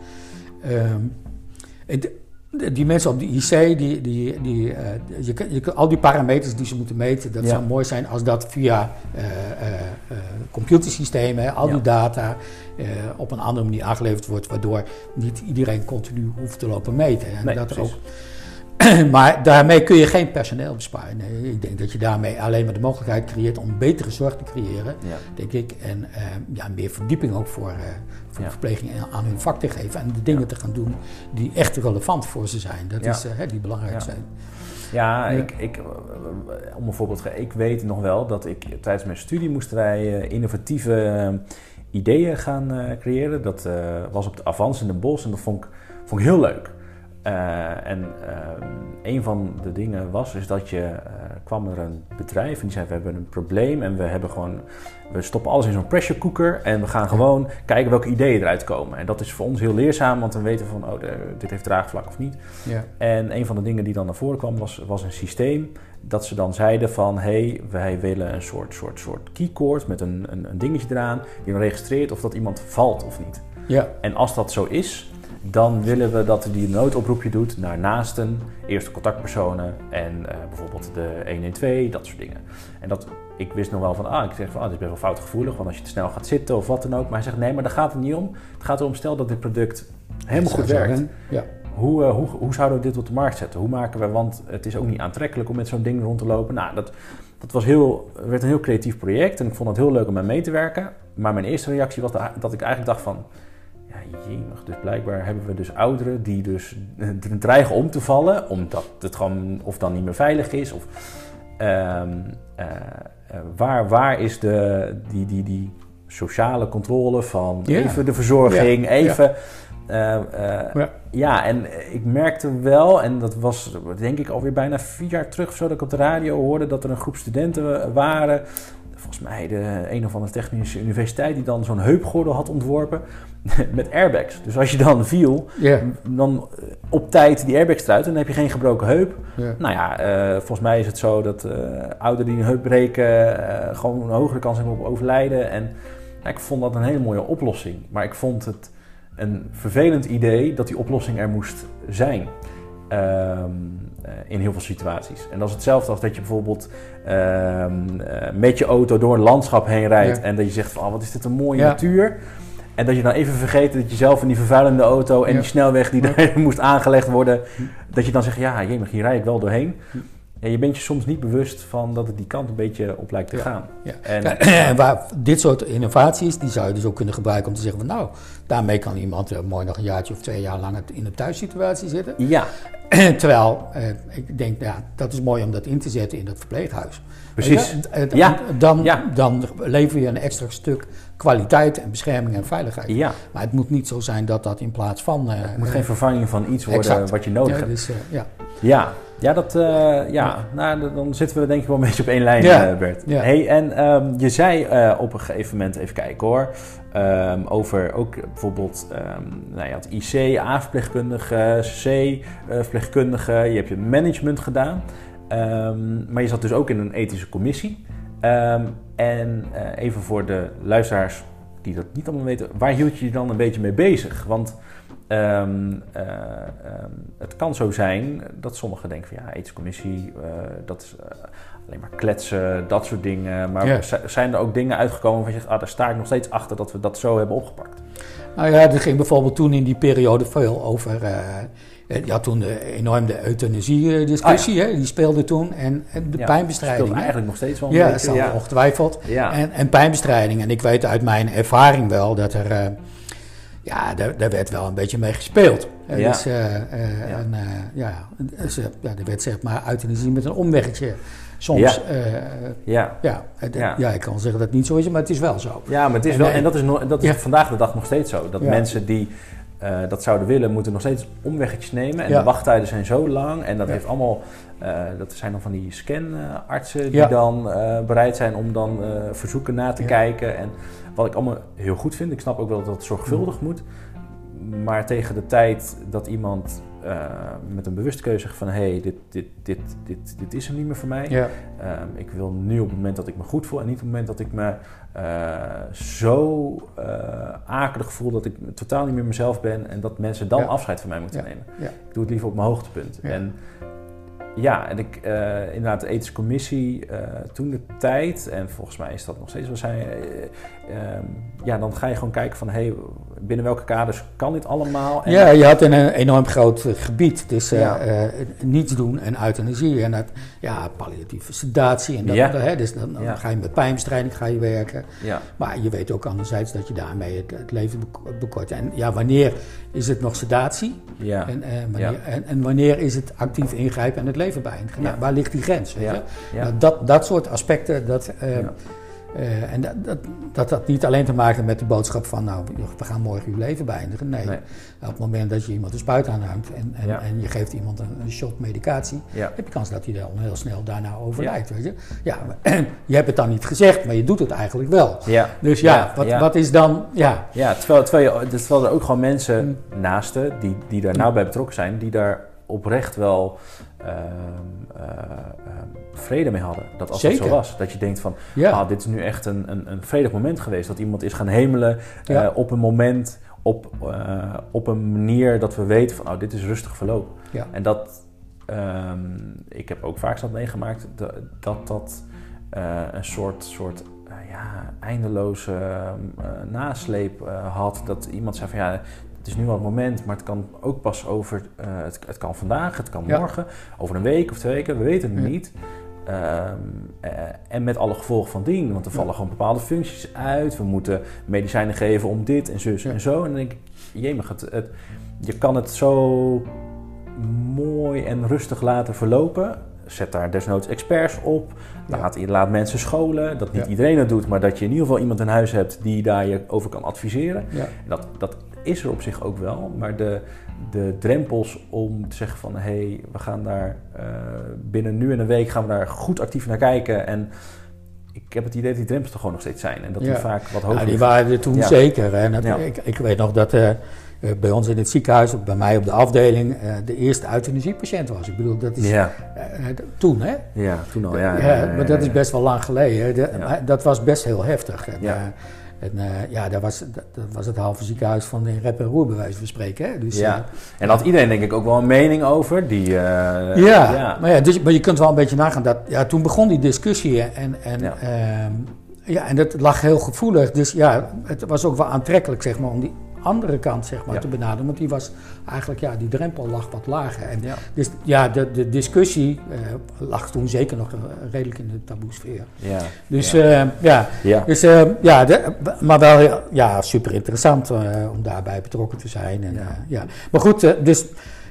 Die mensen op de IC, al die parameters die ze moeten meten, dat zou mooi zijn als dat via computersystemen, al die data op een andere manier aangeleverd wordt, waardoor niet iedereen continu hoeft te lopen meten. En nee, dat ook. Maar daarmee kun je geen personeel besparen. Nee, ik denk dat je daarmee alleen maar de mogelijkheid creëert om betere zorg te creëren, denk ik. En meer verdieping ook voor verpleging aan hun vak te geven en de dingen te gaan doen die echt relevant voor ze zijn. Dat is die belangrijk zijn. Ja, om een voorbeeld te geven, ik weet nog wel dat ik tijdens mijn studie moesten wij innovatieve ideeën gaan creëren. Dat was op de Avans in Den Bosch en dat vond ik heel leuk. Een van de dingen is dat kwam er een bedrijf en die zei: we hebben een probleem en we stoppen alles in zo'n pressure cooker en we gaan gewoon kijken welke ideeën eruit komen. En dat is voor ons heel leerzaam, want we weten van dit heeft draagvlak of niet. Ja. En een van de dingen die dan naar voren kwam was een systeem dat ze dan zeiden van wij willen een soort keycord met een dingetje eraan die dan registreert of dat iemand valt of niet. Ja. En als dat zo is, dan willen we dat die een noodoproepje doet naar naasten, eerste contactpersonen en bijvoorbeeld de 112, dat soort dingen. En ik wist nog wel van, ik zeg van, dit is best wel foutgevoelig, want als je te snel gaat zitten of wat dan ook. Maar hij zegt, nee, maar daar gaat het niet om. Het gaat erom, stel dat dit product helemaal goed werkt. Ja. Hoe zouden we dit op de markt zetten? Hoe maken we, want het is ook niet aantrekkelijk om met zo'n ding rond te lopen. Nou, dat werd een heel creatief project en ik vond het heel leuk om aan mee te werken. Maar mijn eerste reactie was dat ik eigenlijk dacht van, jemig, dus blijkbaar hebben we dus ouderen die dus dreigen om te vallen, omdat het gewoon of dan niet meer veilig is. Of waar is die sociale controle van even de verzorging, even... En ik merkte wel, en dat was denk ik alweer bijna 4 jaar terug of zo, dat ik op de radio hoorde dat er een groep studenten waren, volgens mij de een of andere technische universiteit, die dan zo'n heupgordel had ontworpen met airbags. Dus als je dan viel, dan op tijd die airbags eruit en dan heb je geen gebroken heup. Yeah. Nou ja, volgens mij is het zo dat ouderen die een heup breken gewoon een hogere kans hebben op overlijden. En ik vond dat een hele mooie oplossing. Maar ik vond het een vervelend idee dat die oplossing er moest zijn. In heel veel situaties. En dat is hetzelfde als dat je bijvoorbeeld met je auto door een landschap heen rijdt en dat je zegt van, wat is dit een mooie natuur. En dat je dan even vergeet dat je zelf in die vervuilende auto en die snelweg die daar moest aangelegd worden, dat je dan zegt, jemig, hier rijd ik wel doorheen. En je bent je soms niet bewust van dat het die kant een beetje op lijkt te gaan. Ja. En waar dit soort innovaties, die zou je dus ook kunnen gebruiken om te zeggen van, daarmee kan iemand mooi nog een jaartje of 2 jaar langer in een thuissituatie zitten. Ja. Terwijl, ik denk, dat is mooi om dat in te zetten in dat verpleeghuis. Precies. Dan lever je een extra stuk kwaliteit en bescherming en veiligheid. Ja. Maar het moet niet zo zijn dat dat in plaats van... het moet geen vervanging van iets worden wat je nodig hebt. Dus, dan zitten we denk ik wel een beetje op één lijn, Bert. Ja. Hey, en je zei op een gegeven moment, even kijken hoor, over ook bijvoorbeeld het IC, A-verpleegkundige, C-verpleegkundige, je hebt je management gedaan. Maar je zat dus ook in een ethische commissie. En even voor de luisteraars die dat niet allemaal weten, waar hield je je dan een beetje mee bezig? Want het kan zo zijn dat sommigen denken van ja, ethische commissie, dat is alleen maar kletsen, dat soort dingen. Maar zijn er ook dingen uitgekomen waarvan je zegt, daar sta ik nog steeds achter dat we dat zo hebben opgepakt? Nou ja, er ging bijvoorbeeld toen in die periode veel over. Je had toen enorm de euthanasie-discussie, die speelde toen. En de pijnbestrijding. Dat speelt eigenlijk nog steeds wel een beetje. Ja, ongetwijfeld. Ja. En pijnbestrijding. En ik weet uit mijn ervaring wel dat er... daar werd wel een beetje mee gespeeld. Dus er werd zeg maar euthanasie met een omweggetje. Soms, ik kan zeggen dat het niet zo is, maar het is wel zo. Ja, maar het is wel, en dat is vandaag de dag nog steeds zo. Dat mensen die dat zouden willen, moeten nog steeds omweggetjes nemen. En de wachttijden zijn zo lang. En dat heeft allemaal, dat zijn dan van die scanartsen die dan bereid zijn om dan verzoeken na te kijken. En wat ik allemaal heel goed vind, ik snap ook wel dat het zorgvuldig moet. Maar tegen de tijd dat iemand met een bewuste keuze zegt van dit is hem niet meer voor mij. Ja. Ik wil nu op het moment dat ik me goed voel en niet op het moment dat ik me zo akelig voel dat ik totaal niet meer mezelf ben en dat mensen dan afscheid van mij moeten nemen. Ja. Ik doe het liever op mijn hoogtepunt. Ja. En ik inderdaad de ethische commissie toen de tijd, en volgens mij is dat nog steeds wel dan ga je gewoon kijken van binnen welke kaders kan dit allemaal? En je had een enorm groot gebied, dus niets doen en euthanasie en palliatieve sedatie en dat, dus dan ga je met pijnbestrijding werken. Ja. Maar je weet ook anderzijds dat je daarmee het leven bekort. En wanneer is het nog sedatie? Ja. En wanneer is het actief ingrijpen en het leven beëindigen? Nou, waar ligt die grens? Weet je? Ja. Nou, dat soort aspecten, en dat niet alleen te maken met de boodschap van we gaan morgen uw leven beëindigen. Nee. Op het moment dat je iemand een spuit aanhangt en je geeft iemand een shot medicatie, heb je kans dat hij dan heel snel daarna overlijdt. Weet je? Ja, je hebt het dan niet gezegd, maar je doet het eigenlijk wel. Ja. Dus wat is dan... Terwijl er ook gewoon mensen naasten die daar nou bij betrokken zijn, die daar oprecht wel vrede mee hadden. Dat als het zo was. Dat je denkt van, dit is nu echt een vredig moment geweest. Dat iemand is gaan hemelen op een moment, op een manier dat we weten van, dit is rustig verlopen. Ja. En dat, ik heb ook vaak dat meegemaakt, dat een soort eindeloze nasleep had. Dat iemand zei van, het is nu wel het moment, maar het kan ook pas over... Het kan vandaag, het kan morgen, over een week of 2 weken, we weten het niet. En met alle gevolgen van dien, want er vallen gewoon bepaalde functies uit. We moeten medicijnen geven om dit en zus en zo. En dan denk ik, jemig, je kan het zo mooi en rustig laten verlopen. Zet daar desnoods experts op. Laat mensen scholen. Dat niet iedereen het doet, maar dat je in ieder geval iemand in huis hebt die daar je over kan adviseren. Ja. Dat is er op zich ook wel, maar de drempels om te zeggen van we gaan daar binnen nu en een week gaan we daar goed actief naar kijken. En ik heb het idee dat die drempels er gewoon nog steeds zijn en dat die vaak wat hoger die waren er toen zeker. En ik weet nog dat bij ons in het ziekenhuis, bij mij op de afdeling, de eerste euthanasiepatiënt was. Ik bedoel, dat is toen, hè? Ja, toen al, maar dat is best wel lang geleden. Dat was best heel heftig. Dat was het halve ziekenhuis van in rep en roer, bij wijze van spreken. Hè? Dus, en had iedereen denk ik ook wel een mening over. Maar je kunt wel een beetje nagaan dat... Ja, toen begon die discussie en dat lag heel gevoelig. Dus het was ook wel aantrekkelijk, zeg maar, om die andere kant, zeg maar, te benaderen. Want die was eigenlijk, die drempel lag wat lager. En dus de discussie lag toen zeker nog redelijk in de taboesfeer. Ja. Dus maar wel super interessant om daarbij betrokken te zijn. En, Maar goed, dus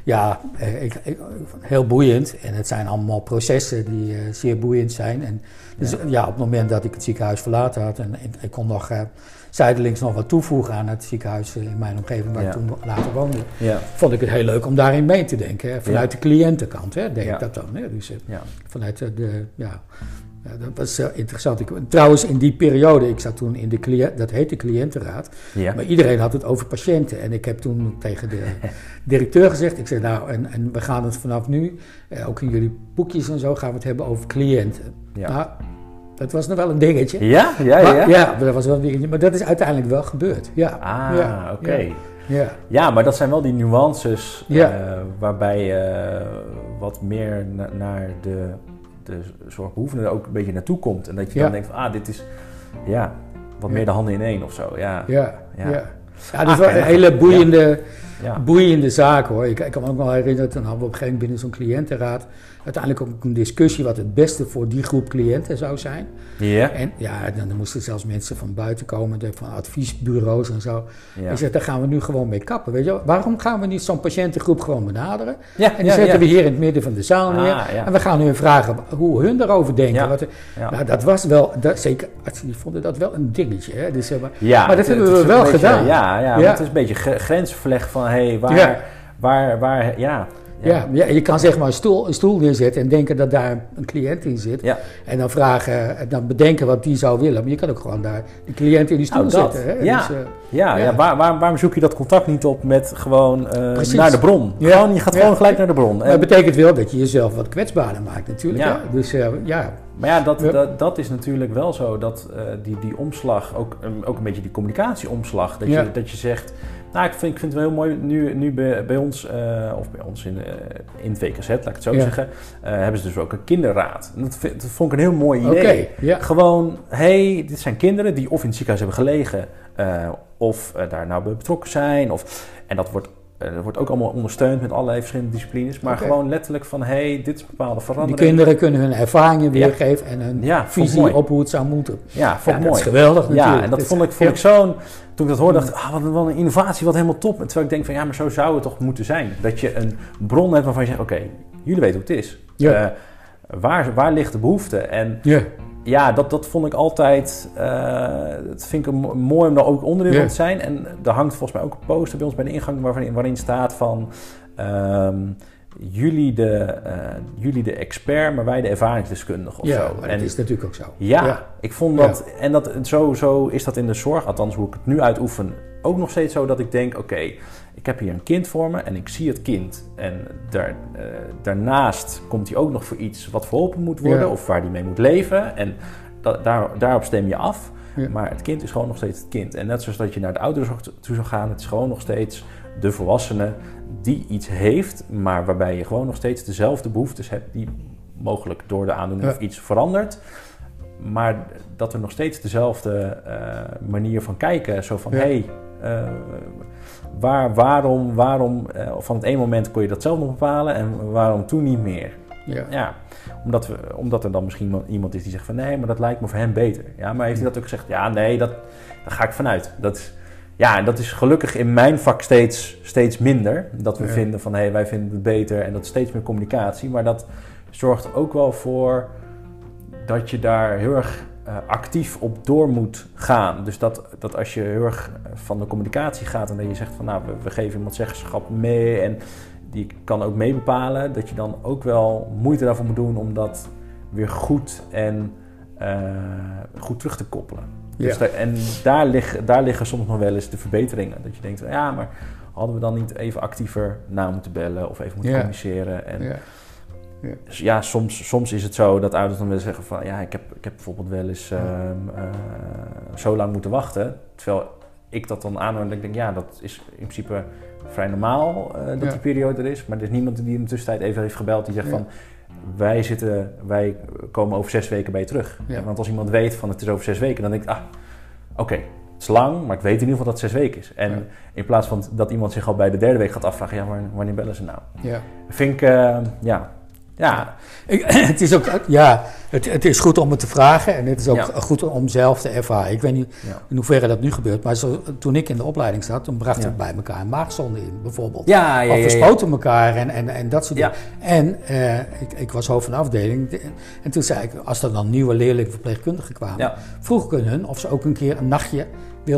heel boeiend. En het zijn allemaal processen die zeer boeiend zijn. En dus op het moment dat ik het ziekenhuis verlaten had en ik kon nog zijdelings nog wat toevoegen aan het ziekenhuis in mijn omgeving waar ik toen later woonde, vond ik het heel leuk om daarin mee te denken. Hè. Vanuit de cliëntenkant deed ik dat dan. Hè. Dus vanuit Ja, dat was interessant. Trouwens, in die periode, ik zat toen in dat heette cliëntenraad, maar iedereen had het over patiënten. En ik heb toen tegen de directeur gezegd, ik zei nou, en we gaan het vanaf nu, ook in jullie boekjes en zo, gaan we het hebben over cliënten. Ja. Nou, dat was nog wel een dingetje. Ja? Ja, dat was wel een dingetje, maar dat is uiteindelijk wel gebeurd. Ja. Oké. Ja, maar dat zijn wel die nuances waarbij je wat meer naar de zorgbehoevende er ook een beetje naartoe komt. En dat je dan denkt van, dit is wat meer de handen in één of zo. Ja, dat is wel een hele boeiende zaak hoor. Ik kan me ook wel herinneren, dan hadden we op een gegeven moment binnen zo'n cliëntenraad uiteindelijk ook een discussie wat het beste voor die groep cliënten zou zijn. Ja. En dan moesten zelfs mensen van buiten komen, van adviesbureaus en zo. Ja. Ik zeg, daar gaan we nu gewoon mee kappen. Weet je, waarom gaan we niet zo'n patiëntengroep gewoon benaderen? Ja, en die zetten we hier in het midden van de zaal neer. En we gaan hun vragen hoe hun erover denken. Nou, dat was wel, zeker die vonden dat wel een dingetje. Hè? Dus, maar dat hebben we wel gedaan. Maar het is een beetje grensverleg van, waar. Ja, je kan zeg maar een stoel neerzetten en denken dat daar een cliënt in zit. Ja. En dan dan bedenken wat die zou willen. Maar je kan ook gewoon daar de cliënt in die stoel zetten. Hè? Ja. Waarom zoek je dat contact niet op met gewoon naar de bron? Ja. Je gaat gewoon gelijk naar de bron. Maar dat betekent wel dat je jezelf wat kwetsbaarder maakt natuurlijk. Ja. Hè? Dus Maar dat is natuurlijk wel zo, dat die omslag, ook een beetje die communicatieomslag, dat je zegt... Nou, ik vind het wel heel mooi, nu bij ons, of bij ons in het WKZ, laat ik het zo zeggen, hebben ze dus ook een kinderraad. En dat vond ik een heel mooi idee. Gewoon, dit zijn kinderen die of in het ziekenhuis hebben gelegen, of daar nou bij betrokken zijn. En dat wordt ook allemaal ondersteund met allerlei verschillende disciplines. Maar gewoon letterlijk van, dit is een bepaalde verandering. Die kinderen kunnen hun ervaringen weergeven en hun visie op hoe het zou moeten. Mooi. Dat is geweldig natuurlijk. Ja, en dat vond ik zo'n... Toen ik dat hoorde, dacht ik, wat een innovatie, wat helemaal top. En terwijl ik denk van, maar zo zou het toch moeten zijn. Dat je een bron hebt waarvan je zegt, oké, jullie weten hoe het is. Ja. Waar ligt de behoefte? En dat vond ik altijd, dat vind ik mooi om daar ook onderdeel van te zijn. En er hangt volgens mij ook een poster bij ons bij de ingang waarin staat van... Jullie de expert, maar wij de ervaringsdeskundige of zo. Maar dat is natuurlijk ook zo. Ja, ik vond dat... En zo is dat in de zorg, althans hoe ik het nu uitoefen, ook nog steeds zo dat ik denk... Oké, ik heb hier een kind voor me en ik zie het kind. En daarnaast komt hij ook nog voor iets wat verholpen moet worden... of waar hij mee moet leven. En daarop stem je af. Ja. Maar het kind is gewoon nog steeds het kind. En net zoals dat je naar de ouderenzorg toe zou gaan... het is gewoon nog steeds de volwassene die iets heeft... maar waarbij je gewoon nog steeds dezelfde behoeftes hebt... die mogelijk door de aandoening of iets verandert... maar dat er nog steeds dezelfde manier van kijken... zo van, waarom van het ene moment kon je dat zelf nog bepalen... en waarom toen niet meer? Ja, omdat er dan misschien iemand is die zegt van... nee, maar dat lijkt me voor hem beter. Ja, maar heeft hij dat ook gezegd? Ja, nee, daar ga ik vanuit. Dat is gelukkig in mijn vak steeds minder. Dat we vinden van, wij vinden het beter en dat is steeds meer communicatie. Maar dat zorgt ook wel voor dat je daar heel erg actief op door moet gaan. Dus dat als je heel erg van de communicatie gaat en dat je zegt van, nou, we geven iemand zeggenschap mee en die kan ook meebepalen, dat je dan ook wel moeite daarvoor moet doen om dat weer goed en goed terug te koppelen. Dus daar liggen soms nog wel eens de verbeteringen. Dat je denkt, maar hadden we dan niet even actiever na moeten bellen of even moeten communiceren. En dus soms is het zo dat ouders dan willen zeggen van, ik heb bijvoorbeeld wel eens zo lang moeten wachten. Terwijl ik dat dan aanhoor en denk, dat is in principe vrij normaal dat die periode er is. Maar er is niemand die in de tussentijd even heeft gebeld die zegt van... Wij komen over 6 weken bij je terug. Ja. Want als iemand weet van het is over 6 weken, dan denk ik, oké, het is lang, maar ik weet in ieder geval dat het 6 weken is. En in plaats van dat iemand zich al bij de 3e week gaat afvragen, wanneer bellen ze nou? Ja. Vind ik, Het is ook, het is goed om het te vragen en het is ook goed om zelf te ervaren. Ik weet niet in hoeverre dat nu gebeurt, maar toen ik in de opleiding zat, toen brachten we bij elkaar een maagzonde in, bijvoorbeeld. Of we spoten elkaar en dat soort dingen. En ik was hoofd van de afdeling en toen zei ik, als er dan nieuwe leerlingen verpleegkundigen kwamen, vroeg ik hun of ze ook een keer een nachtje wilden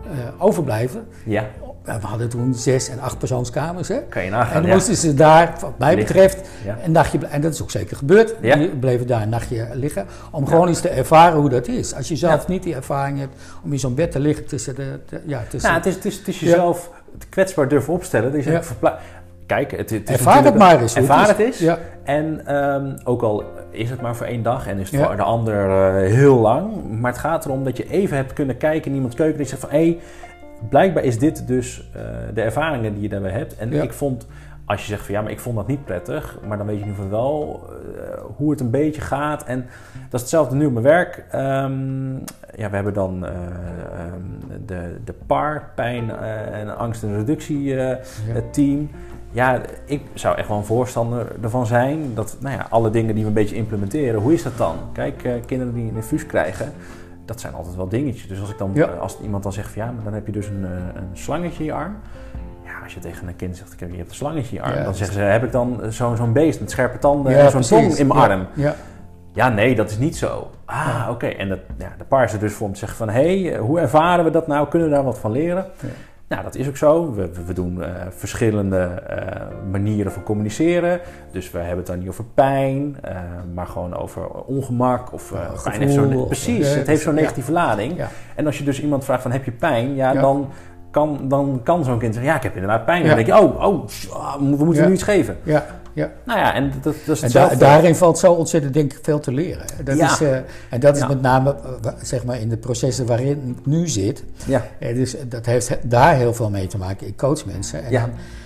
overblijven. Ja. We hadden toen 6 en 8 persoonskamers. Hè? Kan je nagaan. En dan moesten ze daar, wat mij betreft, een nachtje, en dat is ook zeker gebeurd, die bleven daar een nachtje liggen. Om gewoon eens te ervaren hoe dat is. Als je zelf niet die ervaring hebt om in zo'n bed te liggen tussen de... Het is jezelf kwetsbaar durven opstellen. Dus kijk, het is ervaar het maar eens. Ervaar het eens. Ja. En ook al is het maar voor 1 dag en is het voor de ander heel lang. Maar het gaat erom dat je even hebt kunnen kijken in iemands keuken. En je zegt van, blijkbaar is dit dus de ervaringen die je daarbij hebt. En ik vond, als je zegt van maar ik vond dat niet prettig. Maar dan weet je in ieder geval wel hoe het een beetje gaat. En dat is hetzelfde nu op mijn werk. We hebben dan de PAR, pijn en angst- en reductieteam. Ja, ik zou echt wel een voorstander ervan zijn dat alle dingen die we een beetje implementeren, hoe is dat dan? Kijk, kinderen die een infuus krijgen, dat zijn altijd wel dingetjes. Dus als ik dan, als iemand dan zegt van maar dan heb je dus een slangetje in je arm. Ja, als je tegen een kind zegt, je hebt een slangetje in je arm, dan zeggen ze, heb ik dan zo'n beest met scherpe tanden en zo'n tong in mijn arm? Ja, nee, dat is niet zo. Oké. En de PAR is er dus voor om te zeggen van, hoe ervaren we dat nou? Kunnen we daar wat van leren? Ja. Nou, dat is ook zo. We doen verschillende manieren van communiceren. Dus we hebben het dan niet over pijn, maar gewoon over ongemak. Of pijn heeft zo'n, precies, het heeft zo'n negatieve lading. Ja. En als je dus iemand vraagt van, heb je pijn? Dan kan zo'n kind zeggen, ik heb inderdaad pijn. Dan denk je, we moeten nu iets geven. Ja. Ja. Nou ja, en dat is hetzelfde. Daarin valt zo ontzettend, denk ik, veel te leren. Dat is met name, zeg maar, in de processen waarin ik nu zit. Ja. Dus dat heeft daar heel veel mee te maken. Ik coach mensen. En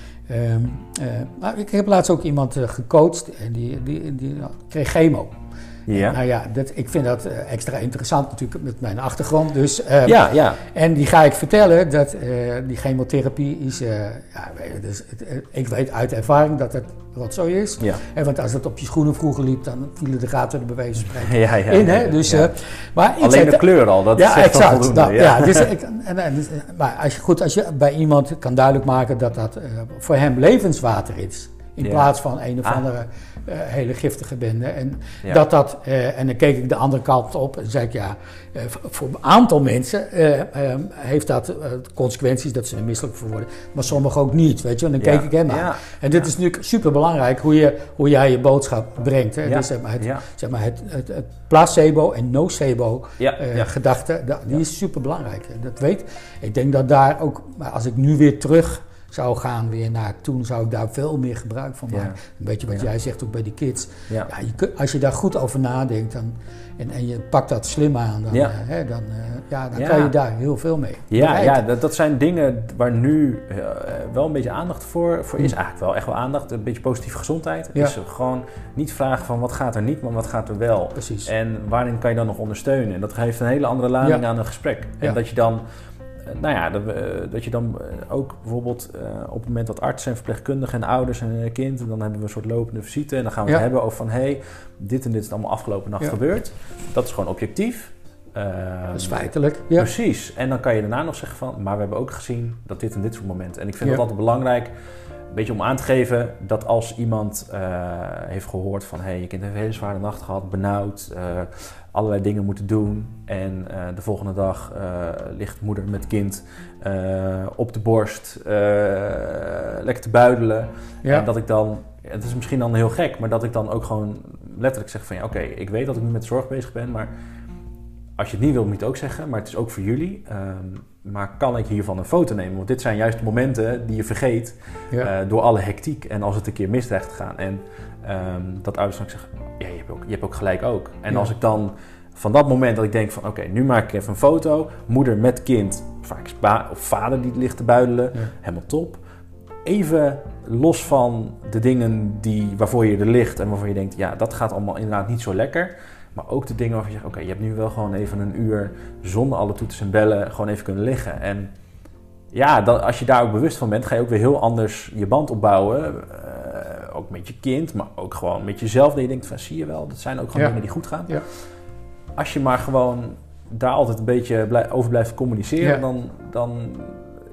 ik heb laatst ook iemand gecoacht en die kreeg chemo. Ja. Ik vind dat extra interessant natuurlijk met mijn achtergrond. Dus, En die ga ik vertellen dat die chemotherapie is... ik weet uit ervaring dat het rotzooi is. Ja. Want als het op je schoenen vroeger liep, dan vielen de gaten er bij wijze van spreken in. Hè? Dus, maar alleen de kleur al, dat is echt exact. Maar als je bij iemand kan duidelijk maken dat dat voor hem levenswater is... In plaats van een of andere hele giftige bende. En en dan keek ik de andere kant op en zei ik voor een aantal mensen heeft dat consequenties dat ze er misselijk voor worden. Maar sommigen ook niet, weet je. En dan keek ik hem aan. En dit is natuurlijk super belangrijk hoe jij je boodschap brengt. Hè? Dus het placebo en nocebo gedachte, die is super belangrijk. Dat weet ik. denk dat daar ook, als ik nu weer terug zou gaan weer naar toen, zou ik daar veel meer gebruik van maken. Een beetje wat jij zegt ook bij die kids. Ja. Als je daar goed over nadenkt en je pakt dat slim aan, dan kan je daar heel veel mee. Dat zijn dingen waar nu wel een beetje aandacht voor is. Eigenlijk wel echt wel aandacht. Een beetje positieve gezondheid. Ja. Is gewoon niet vragen van wat gaat er niet, maar wat gaat er wel. Precies. En waarin kan je dan nog ondersteunen. En dat geeft een hele andere lading aan een gesprek. En dat je dan... dat je dan ook bijvoorbeeld op het moment dat artsen en verpleegkundigen en ouders en kind, dan hebben we een soort lopende visite en dan gaan we het hebben over van dit en dit is allemaal afgelopen nacht gebeurd. Dat is gewoon objectief. Dat is feitelijk. Ja. Precies. En dan kan je daarna nog zeggen van, maar we hebben ook gezien dat dit en dit soort momenten. En ik vind dat altijd belangrijk, een beetje om aan te geven dat als iemand heeft gehoord van je kind heeft een hele zware nacht gehad, benauwd, allerlei dingen moeten doen en de volgende dag ligt moeder met kind op de borst lekker te buidelen. En dat ik dan, het is misschien dan heel gek, maar dat ik dan ook gewoon letterlijk zeg van oké, ik weet dat ik nu met zorg bezig ben, maar als je het niet wil, moet je het ook zeggen, maar het is ook voor jullie. Maar kan ik hiervan een foto nemen? Want dit zijn juist de momenten die je vergeet door alle hectiek en als het een keer mis dreigt te gaan. En dat ouders dan zeggen, je hebt ook gelijk ook. En als ik dan van dat moment dat ik denk van oké, nu maak ik even een foto. Moeder met kind, vaak of vader die ligt te buidelen, helemaal top. Even los van de dingen waarvoor je er ligt en waarvan je denkt, dat gaat allemaal inderdaad niet zo lekker. Maar ook de dingen waarvan je zegt, oké, je hebt nu wel gewoon even een uur zonder alle toetsen en bellen gewoon even kunnen liggen. En als je daar ook bewust van bent, ga je ook weer heel anders je band opbouwen. Ook met je kind, maar ook gewoon met jezelf. Dat je denkt van, zie je wel, dat zijn ook gewoon dingen die goed gaan. Ja. Als je maar gewoon daar altijd een beetje over blijft communiceren, dan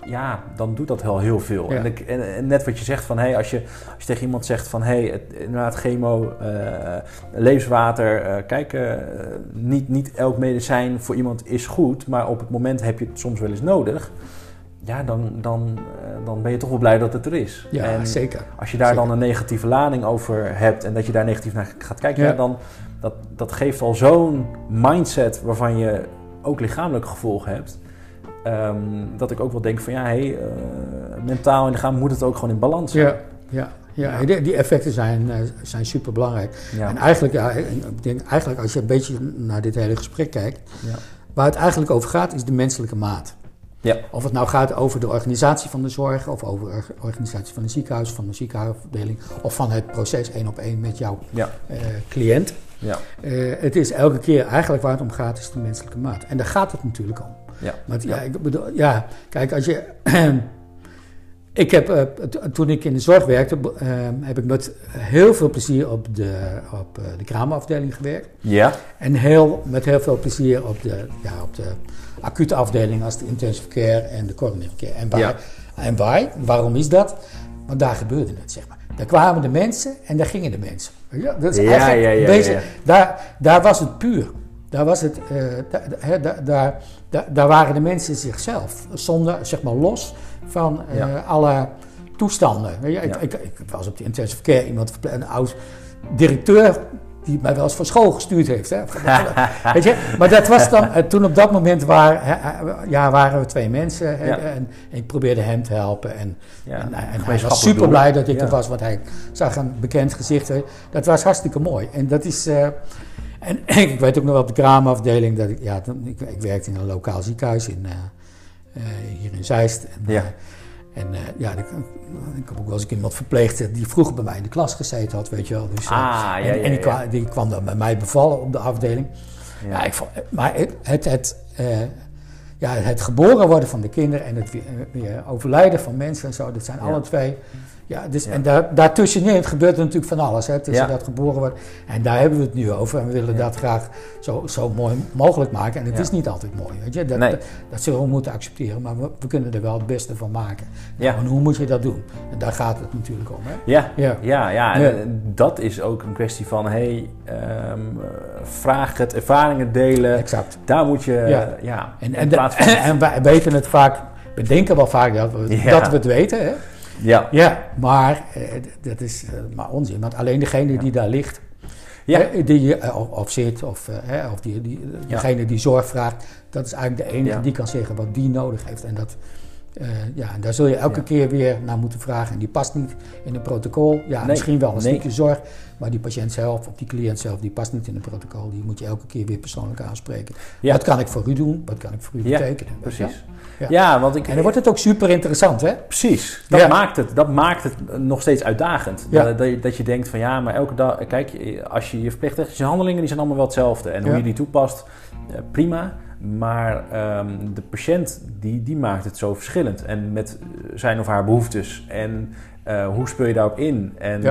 dan doet dat wel heel veel. Ja. En net wat je zegt van, als je tegen iemand zegt van, inderdaad chemo, levenswater, niet elk medicijn voor iemand is goed, maar op het moment heb je het soms wel eens nodig. Ja, dan ben je toch wel blij dat het er is. Ja, en zeker. Als je daar dan een negatieve lading over hebt en dat je daar negatief naar gaat kijken, dan dat geeft al zo'n mindset waarvan je ook lichamelijke gevolgen hebt. Dat ik ook wel denk van mentaal en lichaam moet het ook gewoon in balans zijn. Ja. Die effecten zijn super belangrijk. Ja. En eigenlijk, ik denk eigenlijk als je een beetje naar dit hele gesprek kijkt, waar het eigenlijk over gaat is de menselijke maat. Ja. Of het nou gaat over de organisatie van de zorg, of over de organisatie van een ziekenhuis, van een ziekenhuisafdeling, of van het proces 1-op-1 met jouw cliënt. Ja. Het is elke keer eigenlijk waar het om gaat, is de menselijke maat. En daar gaat het natuurlijk om. Ja. Want ik bedoel, kijk, als je... Ik heb, toen ik in de zorg werkte, heb ik met heel veel plezier op de kraamafdeling gewerkt. Ja. En met heel veel plezier op de acute afdeling als de intensive care en de coronary care. En waarom is dat? Want daar gebeurde het, zeg maar. Daar kwamen de mensen en daar gingen de mensen. Ja, dat is eigenlijk daar was het puur. Daar was het, daar waren de mensen zichzelf, zonder, zeg maar, los van alle toestanden. Ik was op de intensive care, een oud directeur die mij wel eens van school gestuurd heeft. Hè. Weet je? Maar dat was dan, toen op dat moment waren we 2 mensen en ik probeerde hem te helpen. En hij was super blij dat ik er was, want hij zag een bekend gezicht. Dat was hartstikke mooi. En dat is... En ik weet ook nog wel op de kraamafdeling dat ik werkte in een lokaal ziekenhuis hier in Zeist. Ik heb ook wel eens iemand verpleegd die vroeger bij mij in de klas gezeten had, weet je wel. Dus, die kwam dan bij mij bevallen op de afdeling. Ja. Maar het geboren worden van de kinderen en het weer overlijden van mensen en zo, dat zijn alle twee... Ja, dus, en daartussenin gebeurt er natuurlijk van alles, hè, tussen dat geboren wordt. En daar hebben we het nu over en we willen dat graag zo mooi mogelijk maken. En het is niet altijd mooi, weet je. Dat zullen we moeten accepteren, maar we kunnen er wel het beste van maken. Ja. En hoe moet je dat doen? En daar gaat het natuurlijk om, hè. En dat is ook een kwestie van, vraag het, ervaringen delen. Exact. Daar moet je, En wij weten het vaak, we denken wel vaak dat we het weten, hè. Maar dat is maar onzin. Want alleen degene die daar ligt, of zit, of degene die zorg vraagt, dat is eigenlijk de enige die kan zeggen wat die nodig heeft. En en daar zul je elke keer weer naar moeten vragen. En die past niet in een protocol. Misschien wel een stukje zorg, maar die patiënt zelf of die cliënt zelf, die past niet in een protocol. Die moet je elke keer weer persoonlijk aanspreken. Wat kan ik voor u doen? Wat kan ik voor u betekenen? Precies. En dan wordt het ook super interessant, hè? Precies. Dat maakt het nog steeds uitdagend. Dat je denkt van maar elke dag... Kijk, als je verpleegtechnische handelingen, die zijn allemaal wel hetzelfde. En hoe je die toepast, prima. Maar de patiënt, die maakt het zo verschillend. En met zijn of haar behoeftes. En hoe speel je daarop in? En...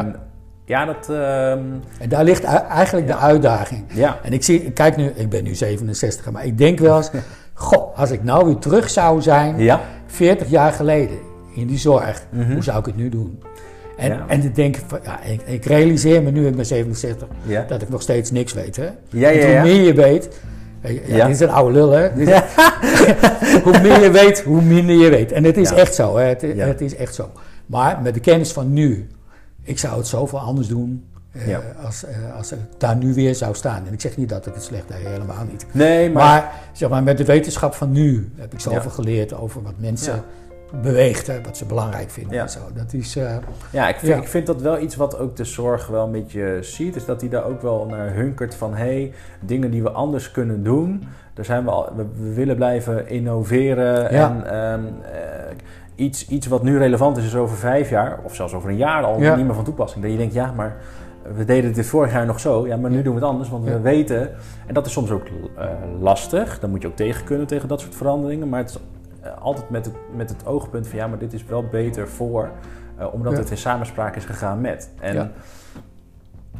En daar ligt eigenlijk de uitdaging. Ja. En ik ben nu 67, maar ik denk wel eens... als ik nou weer terug zou zijn, 40 jaar geleden in die zorg, hoe zou ik het nu doen? En dan denk ik, ik realiseer me nu, ik ben 67, dat ik nog steeds niks weet. Hè? Hoe meer je weet, dit is een oude lul, hè? Hoe meer je weet, hoe minder je weet. En het is echt zo, hè? Het is echt zo. Maar met de kennis van nu, ik zou het zoveel anders doen als ik daar nu weer zou staan. En ik zeg niet dat ik het slecht deed, helemaal niet. Nee, maar zeg maar, met de wetenschap van nu heb ik zoveel geleerd over wat mensen beweegt, hè, wat ze belangrijk vinden en zo. Dat is... Ik vind dat wel iets wat ook de zorg wel een beetje ziet, is dat hij daar ook wel naar hunkert van dingen die we anders kunnen doen. Daar zijn we willen blijven innoveren en iets wat nu relevant is over 5 jaar of zelfs over een jaar al niet meer van toepassing. Dat je denkt, maar we deden dit vorig jaar nog zo, maar nu doen we het anders, want we weten, en dat is soms ook lastig, dan moet je ook tegen kunnen tegen dat soort veranderingen, maar het is altijd met het oogpunt van maar dit is wel beter voor, omdat het in samenspraak is gegaan met. En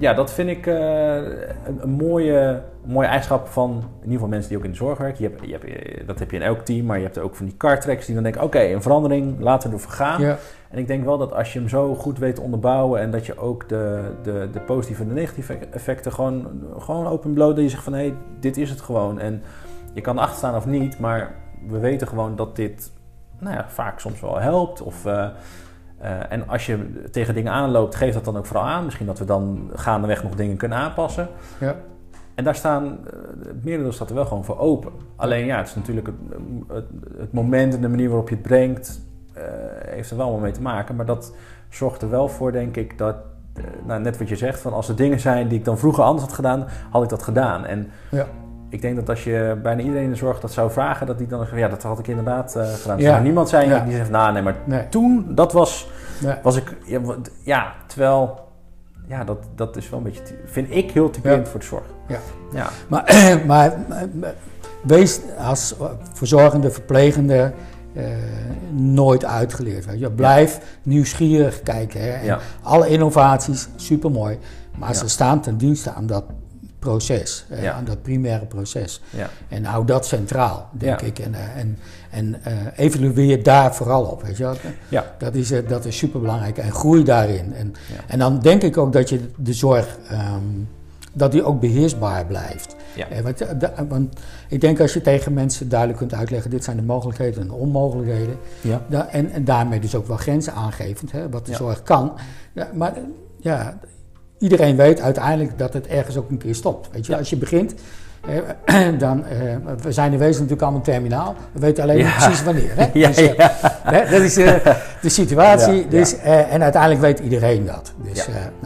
ja, dat vind ik een mooie eigenschap van in ieder geval mensen die ook in de zorg werken. Dat heb je in elk team, maar je hebt ook van die kartrekkers die dan denken, oké, een verandering, laten we ervoor gaan. Ja. En ik denk wel dat als je hem zo goed weet te onderbouwen en dat je ook de positieve en de negatieve effecten gewoon open bloot, dat je zegt van hé, dit is het gewoon. En je kan erachter staan of niet, maar we weten gewoon dat dit vaak soms wel helpt. En als je tegen dingen aanloopt, geef dat dan ook vooral aan. Misschien dat we dan gaandeweg nog dingen kunnen aanpassen. Ja. En daar staan, het merendeel staat er wel gewoon voor open. Alleen het is natuurlijk het moment en de manier waarop je het brengt, heeft er wel allemaal mee te maken. Maar dat zorgt er wel voor, denk ik, dat, net wat je zegt, van als er dingen zijn die ik dan vroeger anders had gedaan, had ik dat gedaan. En ik denk dat als je bijna iedereen in de zorg dat zou vragen, dat die dan zegt, dat had ik inderdaad gedaan. Dus niemand zei die zegt, maar toen, dat was ik, terwijl, dat is wel een beetje, vind ik heel typerend voor de zorg. Ja. Maar wees als verzorgende, verplegende nooit uitgeleerd. Weet je. Blijf nieuwsgierig kijken. Hè. En alle innovaties, supermooi. Maar ze staan ten dienste aan dat proces, aan dat primaire proces. Ja. En hou dat centraal, denk ik. En evalueer daar vooral op. Weet je. Dat is superbelangrijk. En groei daarin. En dan denk ik ook dat je de zorg, dat die ook beheersbaar blijft. Ja. Want ik denk als je tegen mensen duidelijk kunt uitleggen, dit zijn de mogelijkheden en de onmogelijkheden. Ja. En daarmee dus ook wel grenzen aangevend, wat de zorg kan. Maar iedereen weet uiteindelijk dat het ergens ook een keer stopt. Weet je, als je begint, dan, we zijn in wezen natuurlijk allemaal terminaal. We weten alleen niet precies wanneer. Hè? Dat is de situatie. Ja, dus, en uiteindelijk weet iedereen dat. Dus,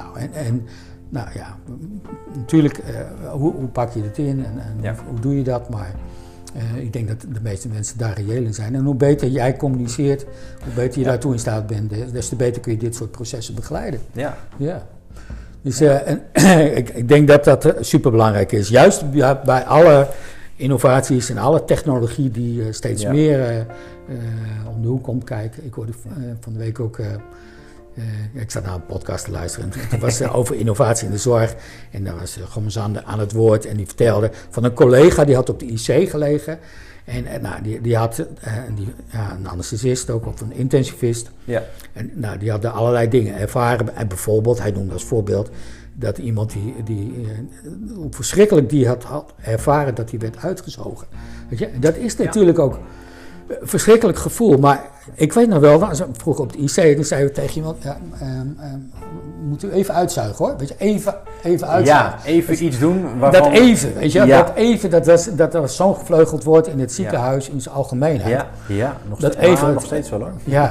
natuurlijk, hoe pak je het in en hoe doe je dat? Maar ik denk dat de meeste mensen daar reëel in zijn. En hoe beter jij communiceert, hoe beter je daartoe in staat bent, des te beter kun je dit soort processen begeleiden. Ja. Dus ik denk dat dat superbelangrijk is. Juist bij alle innovaties en alle technologie die steeds meer om de hoek komt kijken. Ik hoorde van de week ook, ik zat naar een podcast te luisteren en het was over innovatie in de zorg. En daar was Gommers aan het woord en die vertelde van een collega die had op de IC gelegen. En die had een anesthesist ook, of een intensivist. Ja. En die hadden allerlei dingen ervaren. En bijvoorbeeld, hij noemde als voorbeeld, dat iemand hoe verschrikkelijk die had ervaren dat hij werd uitgezogen. Weet je? Dat is natuurlijk ook een verschrikkelijk gevoel. Maar ik weet nog wel, vroeger op de IC, dan zeiden we tegen iemand, moet u even uitzuigen hoor. Weet je, even uitzuigen. Ja, even iets doen waarvan... Dat even, weet je, dat was zo'n gevleugeld woord in het ziekenhuis in zijn algemeenheid. Nog steeds wel hoor.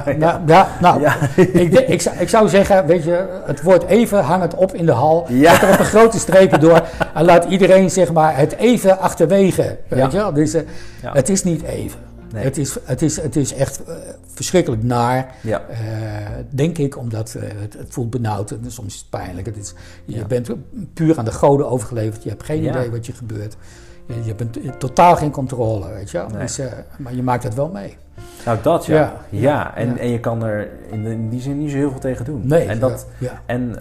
Ik zou zeggen, weet je, het woord even, hang het op in de hal, zet er op een grote strepen door en laat iedereen zeg maar het even achterwege, weet je. Dus het is niet even. Nee. Het is echt verschrikkelijk naar, denk ik, omdat het voelt benauwd en soms is het pijnlijk. Je bent puur aan de goden overgeleverd, je hebt geen idee wat je gebeurt. Je bent totaal geen controle, weet je. Nee. Dus, maar je maakt het wel mee. Nou dat en je kan er in die zin niet zo heel veel tegen doen. Nee. En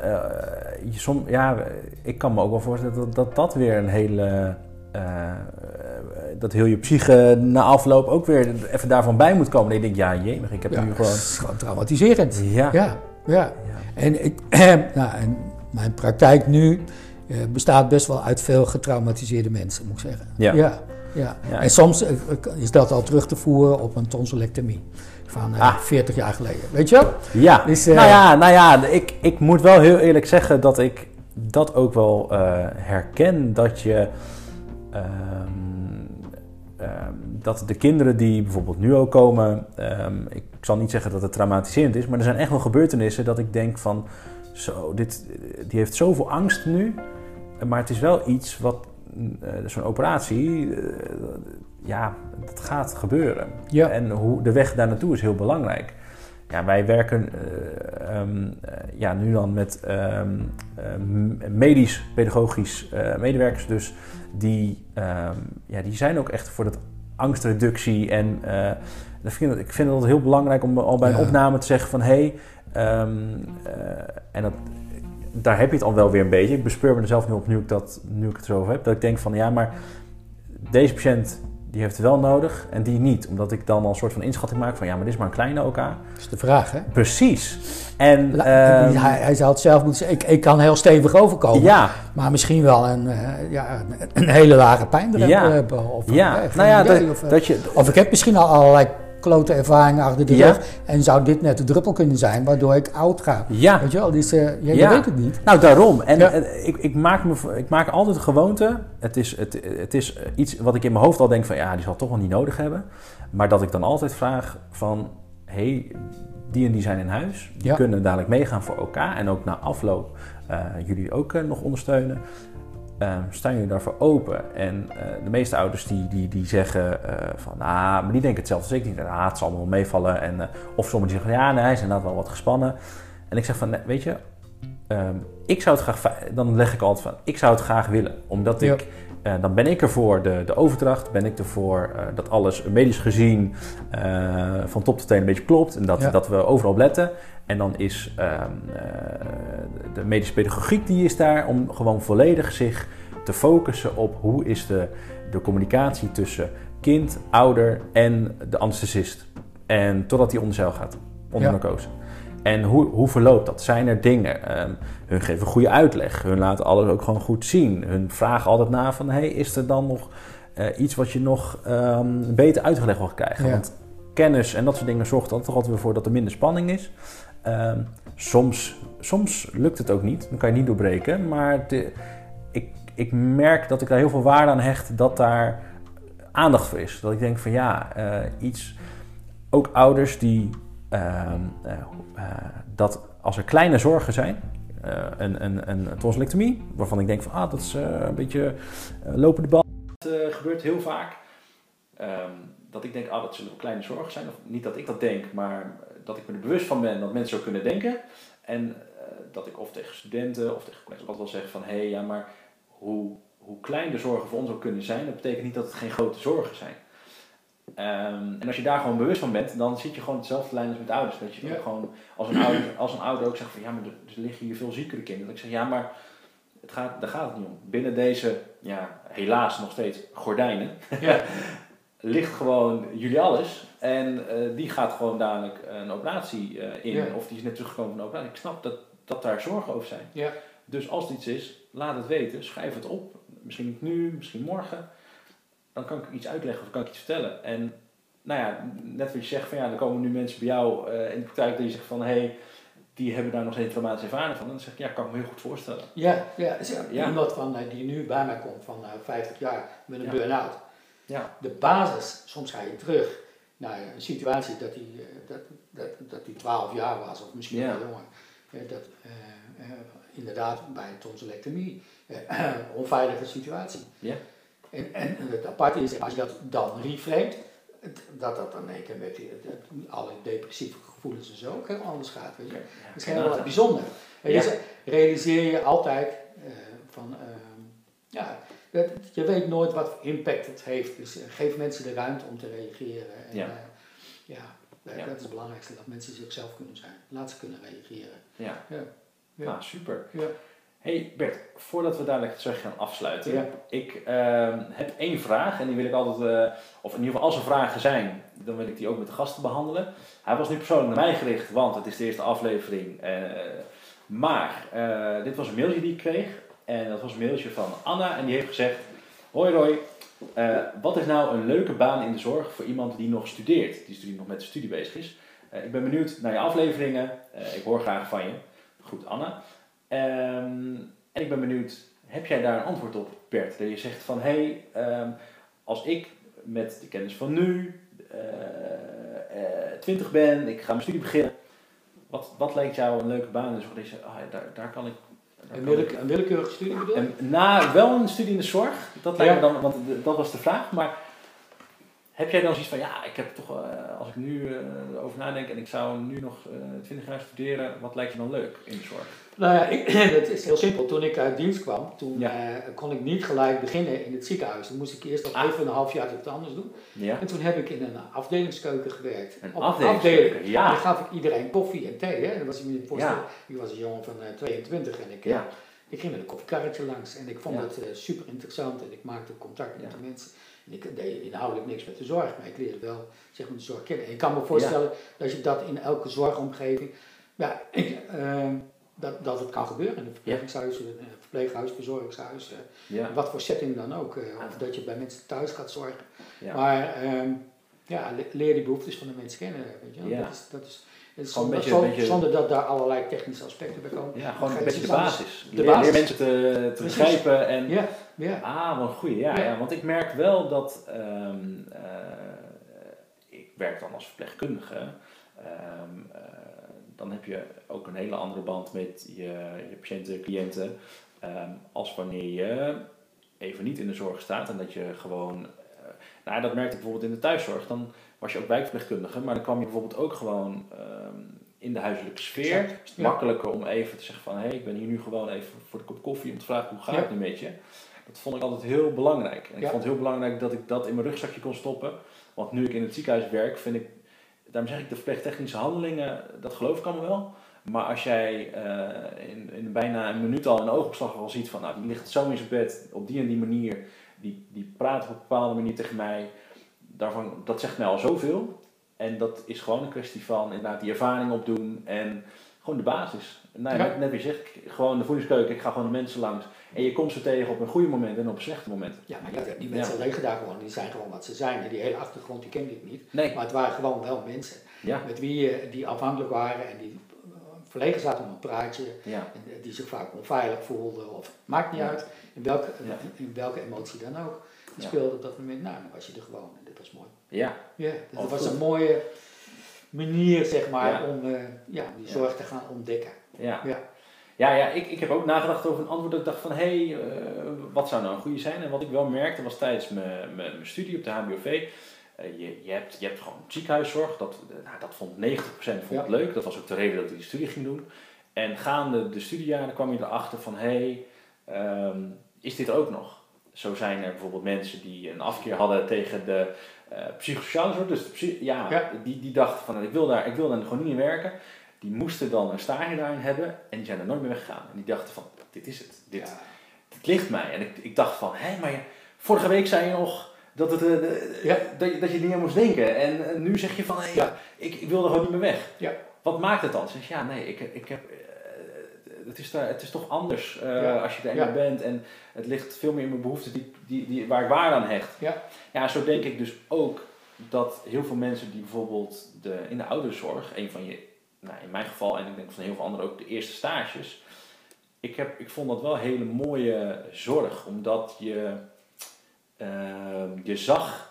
ik kan me ook wel voorstellen dat weer een hele... dat heel je psyche na afloop ook weer even daarvan bij moet komen. En ik denk, jemig, ik heb nu gewoon... Het is gewoon traumatiserend. Ja. En mijn praktijk nu bestaat best wel uit veel getraumatiseerde mensen, moet ik zeggen. Ja. En soms is dat al terug te voeren op een tonsillectomie van 40 jaar geleden. Weet je wel? Ja. Dus, ik moet wel heel eerlijk zeggen dat ik dat ook wel herken, dat je... dat de kinderen die bijvoorbeeld nu ook komen, ik zal niet zeggen dat het traumatiserend is, maar er zijn echt wel gebeurtenissen dat ik denk van, die heeft zoveel angst nu, maar het is wel iets wat, zo'n operatie, dat gaat gebeuren. Ja. En de weg daar naartoe is heel belangrijk. Ja, wij werken nu dan met medisch-pedagogisch medewerkers, dus die zijn ook echt voor dat angstreductie en ik vind het heel belangrijk om al bij een opname te zeggen van en daar heb je het al wel weer een beetje. Ik bespeur me er zelf nu op, nu ik het zo over heb. Dat ik denk van, ja, maar deze patiënt die heeft het wel nodig en die niet. Omdat ik dan al een soort van inschatting maak van, ja, maar dit is maar een kleine OK. Dat is de vraag, hè? Precies. En, hij zou het zelf moeten zeggen, ik kan heel stevig overkomen. Ja. Maar misschien wel een hele lage pijndrempel hebben. Of of ik heb misschien al allerlei klote ervaringen achter de rug. En zou dit net de druppel kunnen zijn waardoor ik oud ga. Ja. Weet je wel, dus, je weet het niet. Nou, daarom. En ik maak altijd een gewoonte. Het is iets wat ik in mijn hoofd al denk van, ja, die zal het toch wel niet nodig hebben. Maar dat ik dan altijd vraag van, hey, die en die zijn in huis. Die kunnen dadelijk meegaan voor OK. En ook na afloop jullie ook nog ondersteunen. Staan jullie daarvoor open? En de meeste ouders die zeggen van, maar die denken hetzelfde als ik. Die denken, het zal allemaal meevallen. En, of sommigen zeggen, ja, nee, hij is inderdaad wel wat gespannen. En ik zeg van, weet je, ik zou het graag, dan leg ik altijd van, ik zou het graag willen. Omdat dan ben ik er voor de overdracht, ben ik ervoor dat alles medisch gezien van top tot teen een beetje klopt. En dat we overal op letten. En dan is de medische pedagogiek die is daar om gewoon volledig zich te focussen op hoe is de communicatie tussen kind, ouder en de anesthesist. En totdat die onder zeil gaat, onder narcose. En hoe verloopt dat? Zijn er dingen? Hun geven goede uitleg. Hun laten alles ook gewoon goed zien. Hun vragen altijd na van, hey, is er dan nog iets wat je nog beter uitgelegd wil krijgen? Ja. Want kennis en dat soort dingen zorgt er altijd weer voor dat er minder spanning is. Soms lukt het ook niet. Dan kan je niet doorbreken. Maar ik merk dat ik daar heel veel waarde aan hecht dat daar aandacht voor is. Dat ik denk van ook ouders die dat als er kleine zorgen zijn, een tonsillectomie, waarvan ik denk van dat is een beetje lopende bal. Het gebeurt heel vaak. Dat ik denk, dat zullen wel kleine zorgen zijn. Of niet dat ik dat denk, maar dat ik me er bewust van ben dat mensen zo kunnen denken. En dat ik of tegen studenten of tegen collega's altijd wel zeg van, maar hoe klein de zorgen voor ons ook kunnen zijn, dat betekent niet dat het geen grote zorgen zijn. En als je daar gewoon bewust van bent, dan zit je gewoon hetzelfde lijn als met ouders. Dat je ook gewoon als een ouder ook zegt van, maar er liggen hier veel ziekere kinderen. Dat ik zeg, maar daar gaat het niet om. Binnen deze, helaas nog steeds gordijnen, ligt gewoon jullie alles. En die gaat gewoon dadelijk een operatie in. Ja. Of die is net teruggekomen van een operatie. Ik snap dat daar zorgen over zijn. Ja. Dus als het iets is, laat het weten. Schrijf het op. Misschien niet nu, misschien morgen. Dan kan ik iets uitleggen of kan ik iets vertellen. En net wat je zegt van er komen nu mensen bij jou in de praktijk die zeggen van die hebben daar nog steeds traumatische ervaring van. En dan zeg ik, kan ik me heel goed voorstellen. Iemand die nu bij mij komt van 50 jaar met een burn-out. Ja. De basis, soms ga je terug naar een situatie dat hij 12 jaar was of misschien wel jonger. Inderdaad bij een tonsillectomie. Onveilige situatie. Ja. En het aparte is, als je dat dan reframet, dat dan in één keer met alle depressieve gevoelens en zo ook heel anders gaat. Weet je? Dat is heel bijzonder. Dus realiseer je altijd je weet nooit wat voor impact het heeft. Dus geef mensen de ruimte om te reageren. En, dat is het belangrijkste, dat mensen zichzelf kunnen zijn. Laat ze kunnen reageren. Ja. Super. Ja. Hey Bert, voordat we dadelijk het gesprek gaan afsluiten. Ik heb 1 vraag en die wil ik altijd, of in ieder geval als er vragen zijn, dan wil ik die ook met de gasten behandelen. Hij was nu persoonlijk naar mij gericht, want het is de eerste aflevering. Maar dit was een mailtje die ik kreeg. En dat was een mailtje van Anna en die heeft gezegd: Hoi Roy, wat is nou een leuke baan in de zorg voor iemand die nog studeert, die nog met de studie bezig is? Ik ben benieuwd naar je afleveringen, ik hoor graag van je. Goed Anna. En ik ben benieuwd, heb jij daar een antwoord op Bert? Dat je zegt van als ik met de kennis van nu 20 ben, ik ga mijn studie beginnen. Wat lijkt jou een leuke baan in de zorg? Dat je zegt, daar kan ik... Een willekeurige studie bedoel je? Wel een studie in de zorg, dat lijkt me dan, want dat was de vraag. Maar Heb jij dan zoiets van, ja, ik heb toch, als ik nu erover nadenk en ik zou nu nog 20 jaar studeren, wat lijkt je dan leuk in de zorg? Nou ja, het is heel simpel. Toen ik uit dienst kwam, kon ik niet gelijk beginnen in het ziekenhuis. Toen moest ik eerst nog even een half jaar wat anders doen. Ja. En toen heb ik in een afdelingskeuken gewerkt. Een afdeling? Ja. Dan gaf ik iedereen koffie en thee. Hè. Dan was ik was een jongen van 22 en ik ging met een koffiekarretje langs. En ik vond het super interessant en ik maakte contact met de mensen. En ik deed inhoudelijk niks met de zorg, maar ik leerde wel zeg maar, de zorg kennen. En ik kan me voorstellen dat je dat in elke zorgomgeving, dat het kan gebeuren. In een verpleeghuis, een verpleeghuis, verzorgingshuis, wat voor setting dan ook. Of dat je bij mensen thuis gaat zorgen. Ja. Maar leer die behoeftes van de mensen kennen. Weet je? Ja. Dat is zonder dat daar allerlei technische aspecten bij komen. Ja, gewoon een beetje de basis. De basis. Leer mensen te begrijpen. En, ja. Wat een goeie. Ja. Want ik merk wel dat, ik werk dan als verpleegkundige, dan heb je ook een hele andere band met je patiënten, cliënten, als wanneer je even niet in de zorg staat en dat je gewoon, dat merkte ik bijvoorbeeld in de thuiszorg, dan was je ook wijkverpleegkundige, maar dan kwam je bijvoorbeeld ook gewoon in de huiselijke sfeer. Het is makkelijker om even te zeggen van, hey, ik ben hier nu gewoon even voor de kop koffie om te vragen hoe gaat het nu met je. Dat vond ik altijd heel belangrijk. En ik vond het heel belangrijk dat ik dat in mijn rugzakje kon stoppen. Want nu ik in het ziekenhuis werk, vind ik, daarom zeg ik de verpleegtechnische handelingen, dat geloof ik allemaal wel. Maar als jij in bijna een minuut al een oogopslag al ziet van, nou, die ligt zo in zijn bed, op die en die manier, die praat op een bepaalde manier tegen mij, dat zegt mij al zoveel. En dat is gewoon een kwestie van inderdaad die ervaring opdoen en gewoon de basis. Net wat je zegt, gewoon de voedingskeuken, ik ga gewoon de mensen langs. En je komt ze tegen op een goede moment en op een slechte moment. Ja, maar die mensen liggen daar gewoon, die zijn gewoon wat ze zijn. En die hele achtergrond, die kende ik niet. Nee. Maar het waren gewoon wel mensen met wie die afhankelijk waren en die verlegen zaten om een praatje. Ja. En die zich vaak onveilig voelden. Of maakt niet uit in welke emotie dan ook. Die speelde op dat moment, dan was je er gewoon. En dit was mooi. Ja. Dat was een mooie manier, zeg maar, om die zorg te gaan ontdekken. Ik heb ook nagedacht over een antwoord dat ik dacht van, wat zou nou een goede zijn? En wat ik wel merkte was tijdens mijn studie op de HBOV, je hebt gewoon ziekenhuiszorg, dat vond 90% vond leuk, dat was ook de reden dat ik die studie ging doen. En gaande de studiejaren kwam je erachter van, is dit ook nog? Zo zijn er bijvoorbeeld mensen die een afkeer hadden tegen de psychosociale zorg, dus die dachten van, ik wil daar gewoon niet in werken. Die moesten dan een stage daarin hebben en die zijn er nooit meer weggegaan. En die dachten van, dit is het. Dit ligt mij. En ik dacht van, maar vorige week zei je nog dat je er niet aan moest denken. En nu zeg je van, ik wil er gewoon niet meer weg. Ja. Wat maakt het dan? Zeg je, het is toch anders als je er eenmaal bent. En het ligt veel meer in mijn behoeften waar ik waarde aan hecht. Ja, zo denk ik dus ook dat heel veel mensen die bijvoorbeeld in de ouderenzorg, een van je, in mijn geval en ik denk van heel veel anderen ook de eerste stages. Ik vond dat wel hele mooie zorg, omdat je zag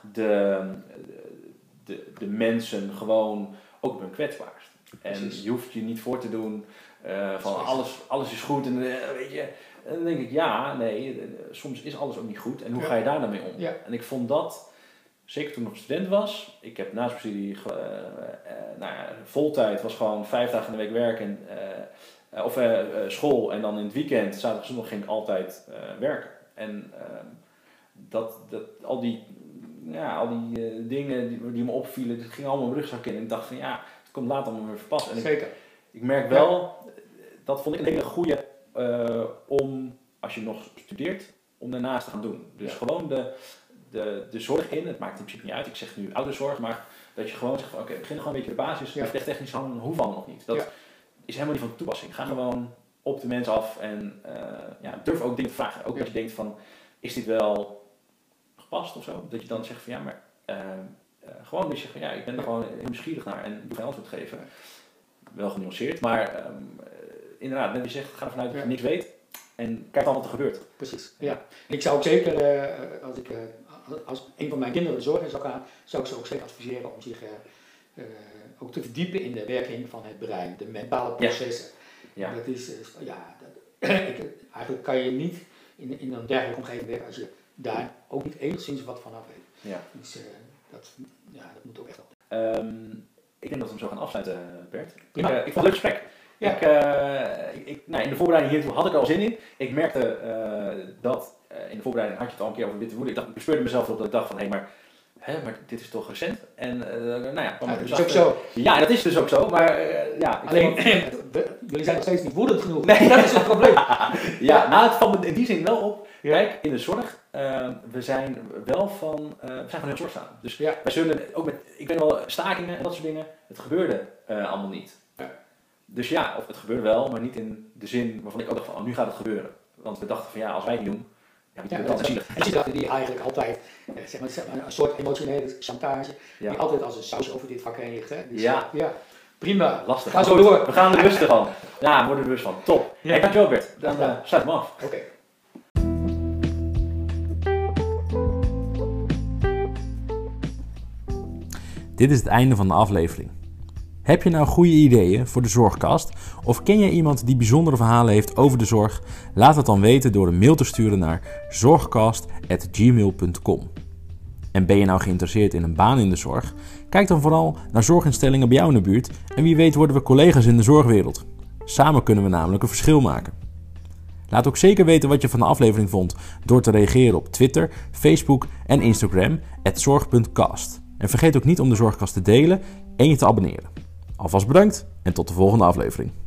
de mensen gewoon ook op hun kwetsbaarst. En je hoeft je niet voor te doen van alles is goed en weet je. En dan denk ik soms is alles ook niet goed en hoe ga je daar dan mee om? Ja. En ik vond dat, zeker toen ik nog student was, ik heb naast mijn studie voltijd was gewoon 5 dagen in de week werken of school en dan in het weekend, zaterdag zondag ging ik altijd werken. En al die dingen die me opvielen, dat ging allemaal in mijn rugzak in en ik dacht van het komt later allemaal weer verpast. En zeker. Ik merk wel, dat vond ik een hele goede om, als je nog studeert, om daarnaast te gaan doen. Dus gewoon de zorg in, het maakt in principe niet uit, ik zeg nu ouderzorg, maar dat je gewoon zegt van begin gewoon een beetje de basis, technisch handelen hoeft allemaal nog niet. Dat is helemaal niet van toepassing. Ga gewoon op de mens af en durf ook dingen te vragen. Ook dat je denkt van, is dit wel gepast of zo? Dat je dan zegt van gewoon dat je zegt van ik ben er gewoon heel nieuwsgierig naar en ik wil geen antwoord geven. Wel genuanceerd, maar inderdaad, net je zegt, ga ervan uit dat je niks weet en kijk dan wat er gebeurt. Precies, ja. Ik zou ook zeker, als een van mijn kinderen de zorg in zou gaan, zou ik ze ook zeker adviseren om zich ook te verdiepen in de werking van het brein, de mentale processen. Ja. Dat is, eigenlijk kan je niet in een dergelijke omgeving werken als je daar ook niet enigszins wat van af weet. Ja. Dus dat moet ook echt wel. Ik denk dat we hem zo gaan afsluiten, Bert. Prima. Ik vond het een leuk gesprek. Ja. In de voorbereiding hiertoe had ik er al zin in. Ik merkte dat in de voorbereiding had je het al een keer over witte woede. Ik bespeurde mezelf erop dat ik dacht van, maar dit is toch recent? En dat is ook zo. Ja, dat is dus ook zo. Maar alleen, jullie zijn nog steeds niet woedend genoeg. Nee, dat is het probleem. Het valt me in die zin wel op. Kijk, in de zorg, we zijn wel van heel zorgzaam. Dus wij zullen ook ik weet wel, stakingen en dat soort dingen, het gebeurde allemaal niet. Ja. Dus of het gebeurde wel, maar niet in de zin waarvan ik ook dacht van, nu gaat het gebeuren. Want we dachten van, als wij het niet doen, dat is zielig. En zielig die eigenlijk altijd, zeg maar, een soort emotionele chantage, die altijd als een saus over dit vak heen ligt. Hè? Dus, prima. Lastig. Ga zo door. We gaan er rustig van. Ja, we worden er bewust van. Top. Ja. Dankjewel Bert. Dan sluit hem af. Oké. Dit is het einde van de aflevering. Heb je nou goede ideeën voor de Zorgkast? Of ken je iemand die bijzondere verhalen heeft over de zorg? Laat het dan weten door een mail te sturen naar zorgkast@gmail.com. En ben je nou geïnteresseerd in een baan in de zorg? Kijk dan vooral naar zorginstellingen bij jou in de buurt en wie weet worden we collega's in de zorgwereld. Samen kunnen we namelijk een verschil maken. Laat ook zeker weten wat je van de aflevering vond door te reageren op Twitter, Facebook en Instagram @zorg.cast. En vergeet ook niet om de Zorgkast te delen en je te abonneren. Alvast bedankt en tot de volgende aflevering.